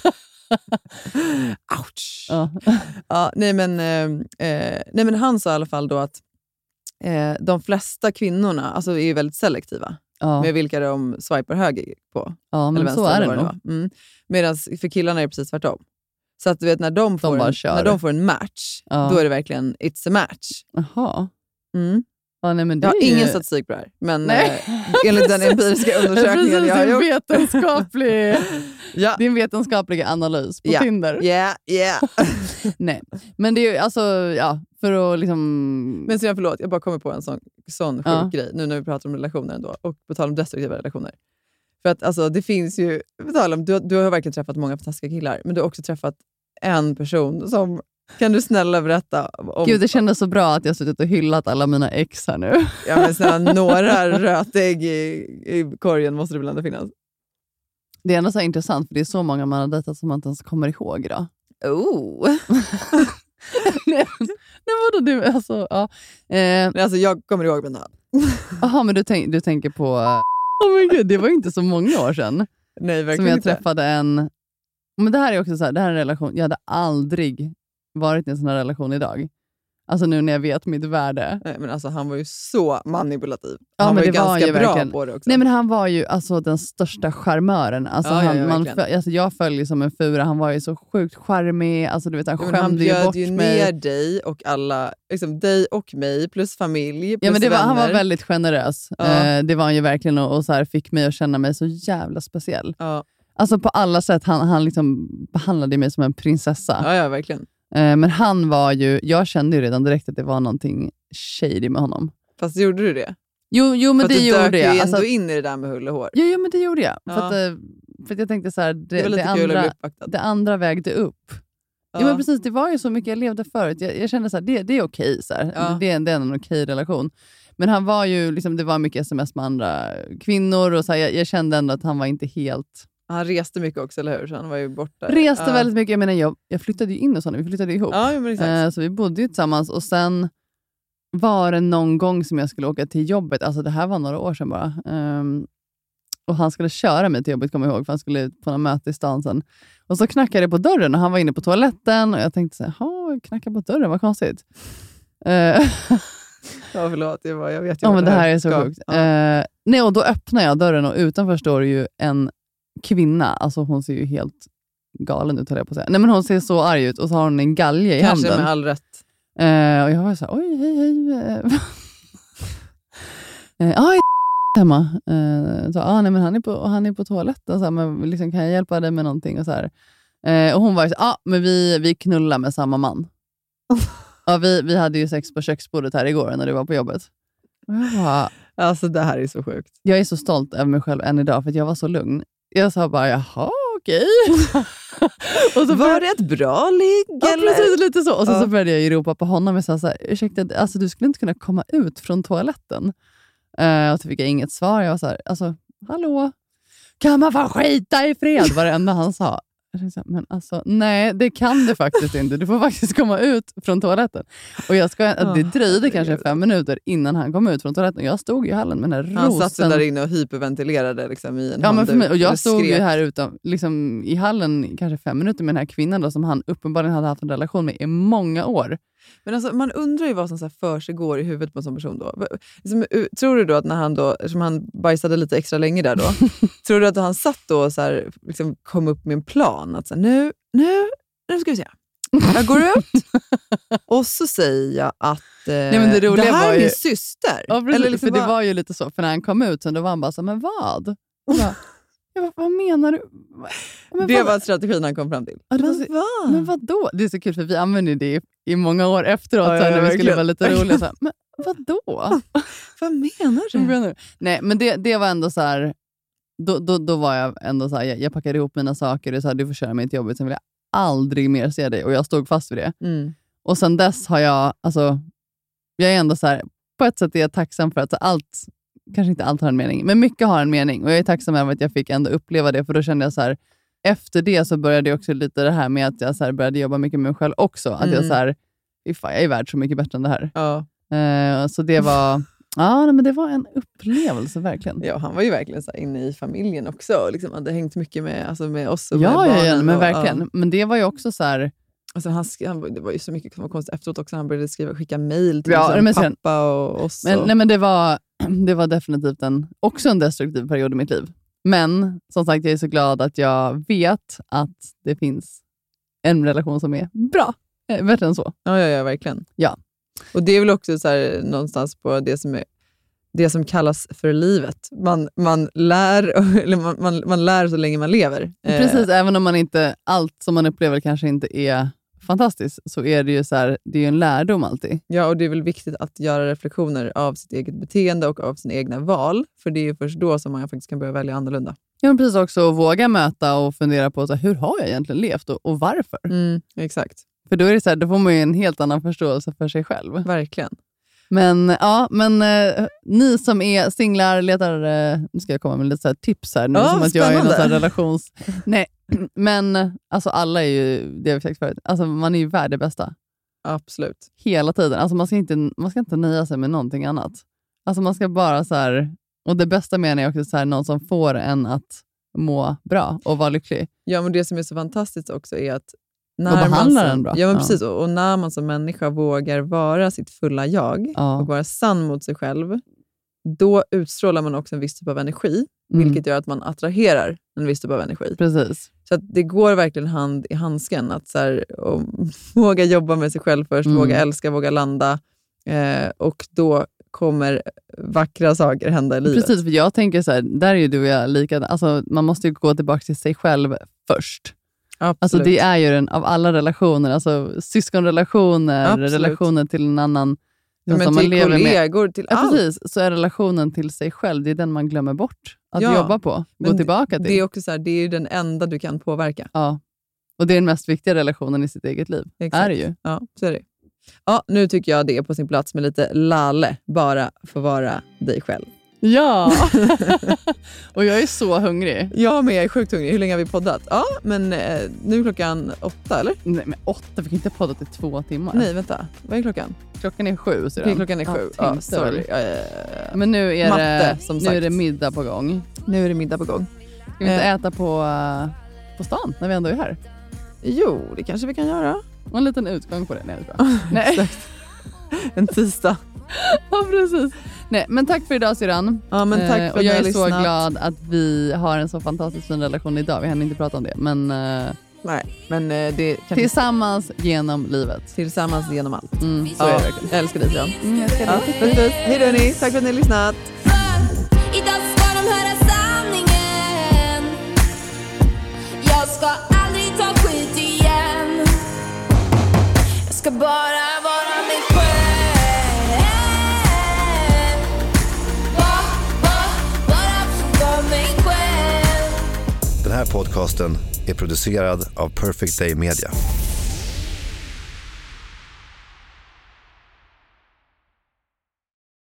Ouch! Ja. Ja, nej, men, eh, eh, nej men han sa i alla fall då att eh, de flesta kvinnorna alltså, är ju väldigt selektiva Ja. med vilka de swipar höger på. Ja, men eller så vänster, är eller det vad nog. var. Mm. Medan för killarna är det precis tvärtom. Så att du vet, när de får, bara en, kör. när de får en match, Ja. då är det verkligen it's a match. Jaha. Mm. Ja, nej, men det Jag har är ju... ingen statistik på det här, men Nej. eh, enligt den empiriska undersökningen Precis, jag har en gjort. vetenskaplig, Ja. din vetenskapliga analys på Ja. Tinder. Yeah, yeah. Nej, men det är ju alltså, ja, för att liksom... Men så jag förlåt, jag bara kommer på en sån, sån sjuk Ja. grej nu när vi pratar om relationer ändå, och på tal om destruktiva relationer. För att alltså, det finns ju, på tal om, du, du har verkligen träffat många fantastiska killar, men du har också träffat en person som, kan du snälla berätta om... Gud, det kändes så bra att jag suttit och hyllat alla mina ex här nu. Ja, men snälla, några rötägg i, i korgen måste det väl ändå finnas. Det är ändå så här intressant, för det är så många man har dejtat som man inte ens kommer ihåg idag. Oh! nej, nej, vadå? Det, alltså, ja. eh, Men alltså, jag kommer ihåg mina. Jaha, men du, tänk, du tänker på... Åh oh men gud, det var ju inte så många år sedan. Nej, verkligen som jag inte. träffade en... Men det här är också så här, det här är en relation. Jag hade aldrig varit i en sån här relation idag. Alltså nu när jag vet mitt värde. Nej, men alltså, han var ju så manipulativ. Ja, Han men var ju det var ganska ju bra verkligen på det också. Nej, men han var ju alltså den största charmören. Alltså, Ja, ja, han, ja, man, verkligen. alltså, jag följer som en fura. Han var ju så sjukt charmig. Alltså, du vet, han Ja, men han skämde ju bjöd bort ju mig. ner dig och alla, liksom dig och mig, plus familj, plus Ja, men det var, han var vänner. väldigt generös. Ja. Eh, det var han ju verkligen, och, och så här, fick mig att känna mig så jävla speciell. Ja. Alltså på alla sätt, han, han liksom behandlade mig som en prinsessa. Ja, ja, verkligen. Eh, men han var ju, jag kände ju redan direkt att det var någonting shady med honom. Fast gjorde du det? Jo, jo men för det att du gjorde dök ju jag. ändå Alltså, in i det där med hull och hår. jo, jo, men det gjorde jag. Ja. För, att, eh, för att jag tänkte så här, det, Det var lite det, kul att bli andra, uppvaktad. det andra vägde upp. Ja. Jo, men precis, det var ju så mycket jag levde förut. Jag, jag kände så här, det, det är okej. Så här. Ja. Det, är, det är en okej relation. Men han var ju, liksom, det var mycket sms med andra kvinnor. Och så här, jag, jag kände ändå att han var inte helt... Han reste mycket också, eller hur? Så han var ju borta. Reste ja. väldigt mycket. Jag menar, jag, jag flyttade ju in hos honom. Vi flyttade ihop. Ja, jo, men exakt. Eh, så vi bodde ju tillsammans. Och sen var det någon gång som jag skulle åka till jobbet. Alltså det här var några år sedan bara. Ehm, och han skulle köra mig till jobbet, kommer jag ihåg. För han skulle på något möte i stan sen. Och så knackade det på dörren och han var inne på toaletten. Och jag tänkte så här, jaha, knacka på dörren, vad konstigt. Eh, Ja, förlåt. Det var, jag vet ju ja, vad men det här är så ska- sjukt. Ja. Eh, nej, och då öppnar jag dörren och utanför står det ju en kvinna. Alltså hon ser ju helt galen ut, höll jag på att säga. Nej, men hon ser så arg ut och så har hon en galge i Kanske handen. med all rätt. Eh, och jag var så här, oj, hej, hej. Ja, eh, ah, hemma. Eh, så, ah, nej, men han är på, han är på toaletten. Så här, men liksom, kan jag hjälpa dig med någonting? Och, så här. Eh, och hon var ju så här, ah, men vi, vi knullar med samma man. Ja, vi, vi hade ju sex på köksbordet här igår när du var på jobbet. Och jag bara, Alltså det här är så sjukt. jag är så stolt över mig själv än idag för att jag var så lugn. Jag sa bara, jaha, okej. Och så var det ett bra ligg? Ja, eller? precis, lite så. Och så, ja. så började jag ju ropa på honom och sa så här, ursäkta, alltså, du skulle inte kunna komma ut från toaletten. Uh, och så fick jag inget svar. Jag var så här, alltså, hallå? Kan man få skita i fred? Var det enda han sa. Men alltså, nej, det kan du faktiskt inte. Du får faktiskt komma ut från toaletten. Och jag ska, det dröjde oh, kanske fem minuter innan han kom ut från toaletten. Jag stod i hallen med den här rosen. Han satt där inne och hyperventilerade liksom, i en ja, men för mig, och jag stod skrek. ju här utan, liksom, i hallen kanske fem minuter med den här kvinnan då, som han uppenbarligen hade haft en relation med i många år. Men alltså, man undrar ju vad som så här för sig går i huvudet på en sån person då. Liksom, tror du då att när han då, som han bajsade lite extra länge där då, tror du att han satt då och så här, liksom, kom upp med en plan att så här, nu, nu, nu ska vi se. Jag går ut och så säger jag att eh, Nej, men det, det här är ju min syster. Ja, precis, eller liksom för bara... det var ju lite så, för när han kom ut så då var han bara så, men vad? Och bara, jag bara, vad menar du? Men det vad? var strategin han kom fram till. Ja, men, så, vad? men vadå? Det är så kul för vi använde det i, i många år efteråt ja, ja, när vi skulle vara lite roliga. Så här, men vadå? Vad menar du? Vad menar du? Nej, men det, det var ändå så här, då, då, då var jag ändå så här, jag, jag packade ihop mina saker och sa, du får köra mig till jobbet, sen vill jag aldrig mer se dig. Och jag stod fast vid det. Mm. Och sen dess har jag, alltså, jag är ändå så här, på ett sätt är jag tacksam för att allt, kanske inte allt har en mening, men mycket har en mening. Och jag är tacksam över att jag fick ändå uppleva det, för då kände jag så här, efter det så började jag också lite det här med att jag så här började jobba mycket med mig själv också. Att mm. jag så här, fan, jag är värd så mycket bättre än det här. Ja. Uh, så det var, ja, men det var en upplevelse verkligen. Ja, han var ju verkligen så här inne i familjen också. Liksom, hade hängt mycket med, alltså med oss och ja, med barnen. Ja, men och, verkligen. Ja. Men det var ju också så här... Alltså han, han, det var ju så mycket som var konstigt efteråt också. Han började skriva, skicka mejl till ja, liksom, sen, pappa och oss. Men, och... nej, men det var, det var definitivt en, också en destruktiv period i mitt liv. Men som sagt, jag är så glad att jag vet att det finns en relation som är bra. Bättre än så. Ja, ja, ja, verkligen. Ja. Och det är väl också så här, någonstans på det som är det som kallas för livet. Man, man, lär, eller man, man, man lär så länge man lever. Precis, eh. även om man inte, allt som man upplever kanske inte är fantastiskt, så är det ju så här, det är ju en lärdom alltid. Ja, och det är väl viktigt att göra reflektioner av sitt eget beteende och av sina egna val. För det är ju först då som man faktiskt kan börja välja annorlunda. Ja, men precis, också att våga möta och fundera på så här, hur har jag egentligen levt och, och varför? Mm, exakt. För då är det så här, då får man ju en helt annan förståelse för sig själv. Verkligen. Men ja, men eh, ni som är singlar, letar, eh, nu ska jag komma med lite så här tips här nu, ja, som att spännande. jag är någon så här relations... Nej, men alltså alla är ju, det har vi sagt förut, alltså man är ju värd det bästa. Absolut. Hela tiden, alltså man ska inte, man ska inte nöja sig med någonting annat. Alltså man ska bara så här, och det bästa menar jag också så här, någon som får en att må bra och vara lycklig. Ja, men det som är så fantastiskt också är att när och behandlar man som, den bra. Ja, men precis. Och, och när man som människa vågar vara sitt fulla jag ja. och vara sann mot sig själv, då utstrålar man också en viss typ av energi, mm. vilket gör att man attraherar en viss typ av energi. Precis. Så att det går verkligen hand i handsken att så här, och, våga jobba med sig själv först, mm. våga älska, våga landa eh, och då kommer vackra saker hända i livet. Precis, för jag tänker så här, där är ju du och jag lika, alltså man måste ju gå tillbaka till sig själv först. Absolut. Alltså det är ju den av alla relationer, alltså syskonrelationer, Absolut. relationer till en annan ja, men som till man lever kollegor, med. till ja, allt. Precis, så är relationen till sig själv, det är den man glömmer bort att ja, jobba på, gå tillbaka till. Det är också så här, det är ju den enda du kan påverka. Ja, och det är den mest viktiga relationen i sitt eget liv. Exakt. Är det ju. Ja, så är det. Ja, nu tycker jag det är på sin plats med lite lalle, bara få vara dig själv. Ja, och jag är så hungrig. Jag med, jag är sjukt hungrig. Hur länge har vi poddat? Ja, men eh, nu är klockan åtta, eller? Nej, men åtta, vi kan inte podda till två timmar. Nej, vänta. Vad är klockan? Klockan är sju. Så okay, klockan är sju. Ja, ja, sorry. Ja, ja, ja. Men nu är, Matte, det, som nu sagt. är det middag på gång. Nu är det middag på gång. Ska vi inte eh. äta på, uh, på stan när vi ändå är här? Jo, det kanske vi kan göra. Och en liten utgång på det. Nej, det är bra. Nej. En tisdag. Ja, precis. Nej, men tack för idag, Syran. Ja, men tack för eh, att och jag är lyssnat. så glad att vi har en så fantastiskt fin relation idag. Vi hann inte prata om det, men... Uh, Nej, men uh, det kan tillsammans inte... genom livet. Tillsammans genom allt. Mm, så ja, är det verkligen. Jag älskar dig, Syran. Mm, jag älskar dig. Ja, precis. Hej då, hörni. Tack för att ni har lyssnat. Idag ska de höra sanningen. Jag ska aldrig ta skit igen. Jag ska bara vara mig själv. Den här podcasten är producerad av Perfect Day Media.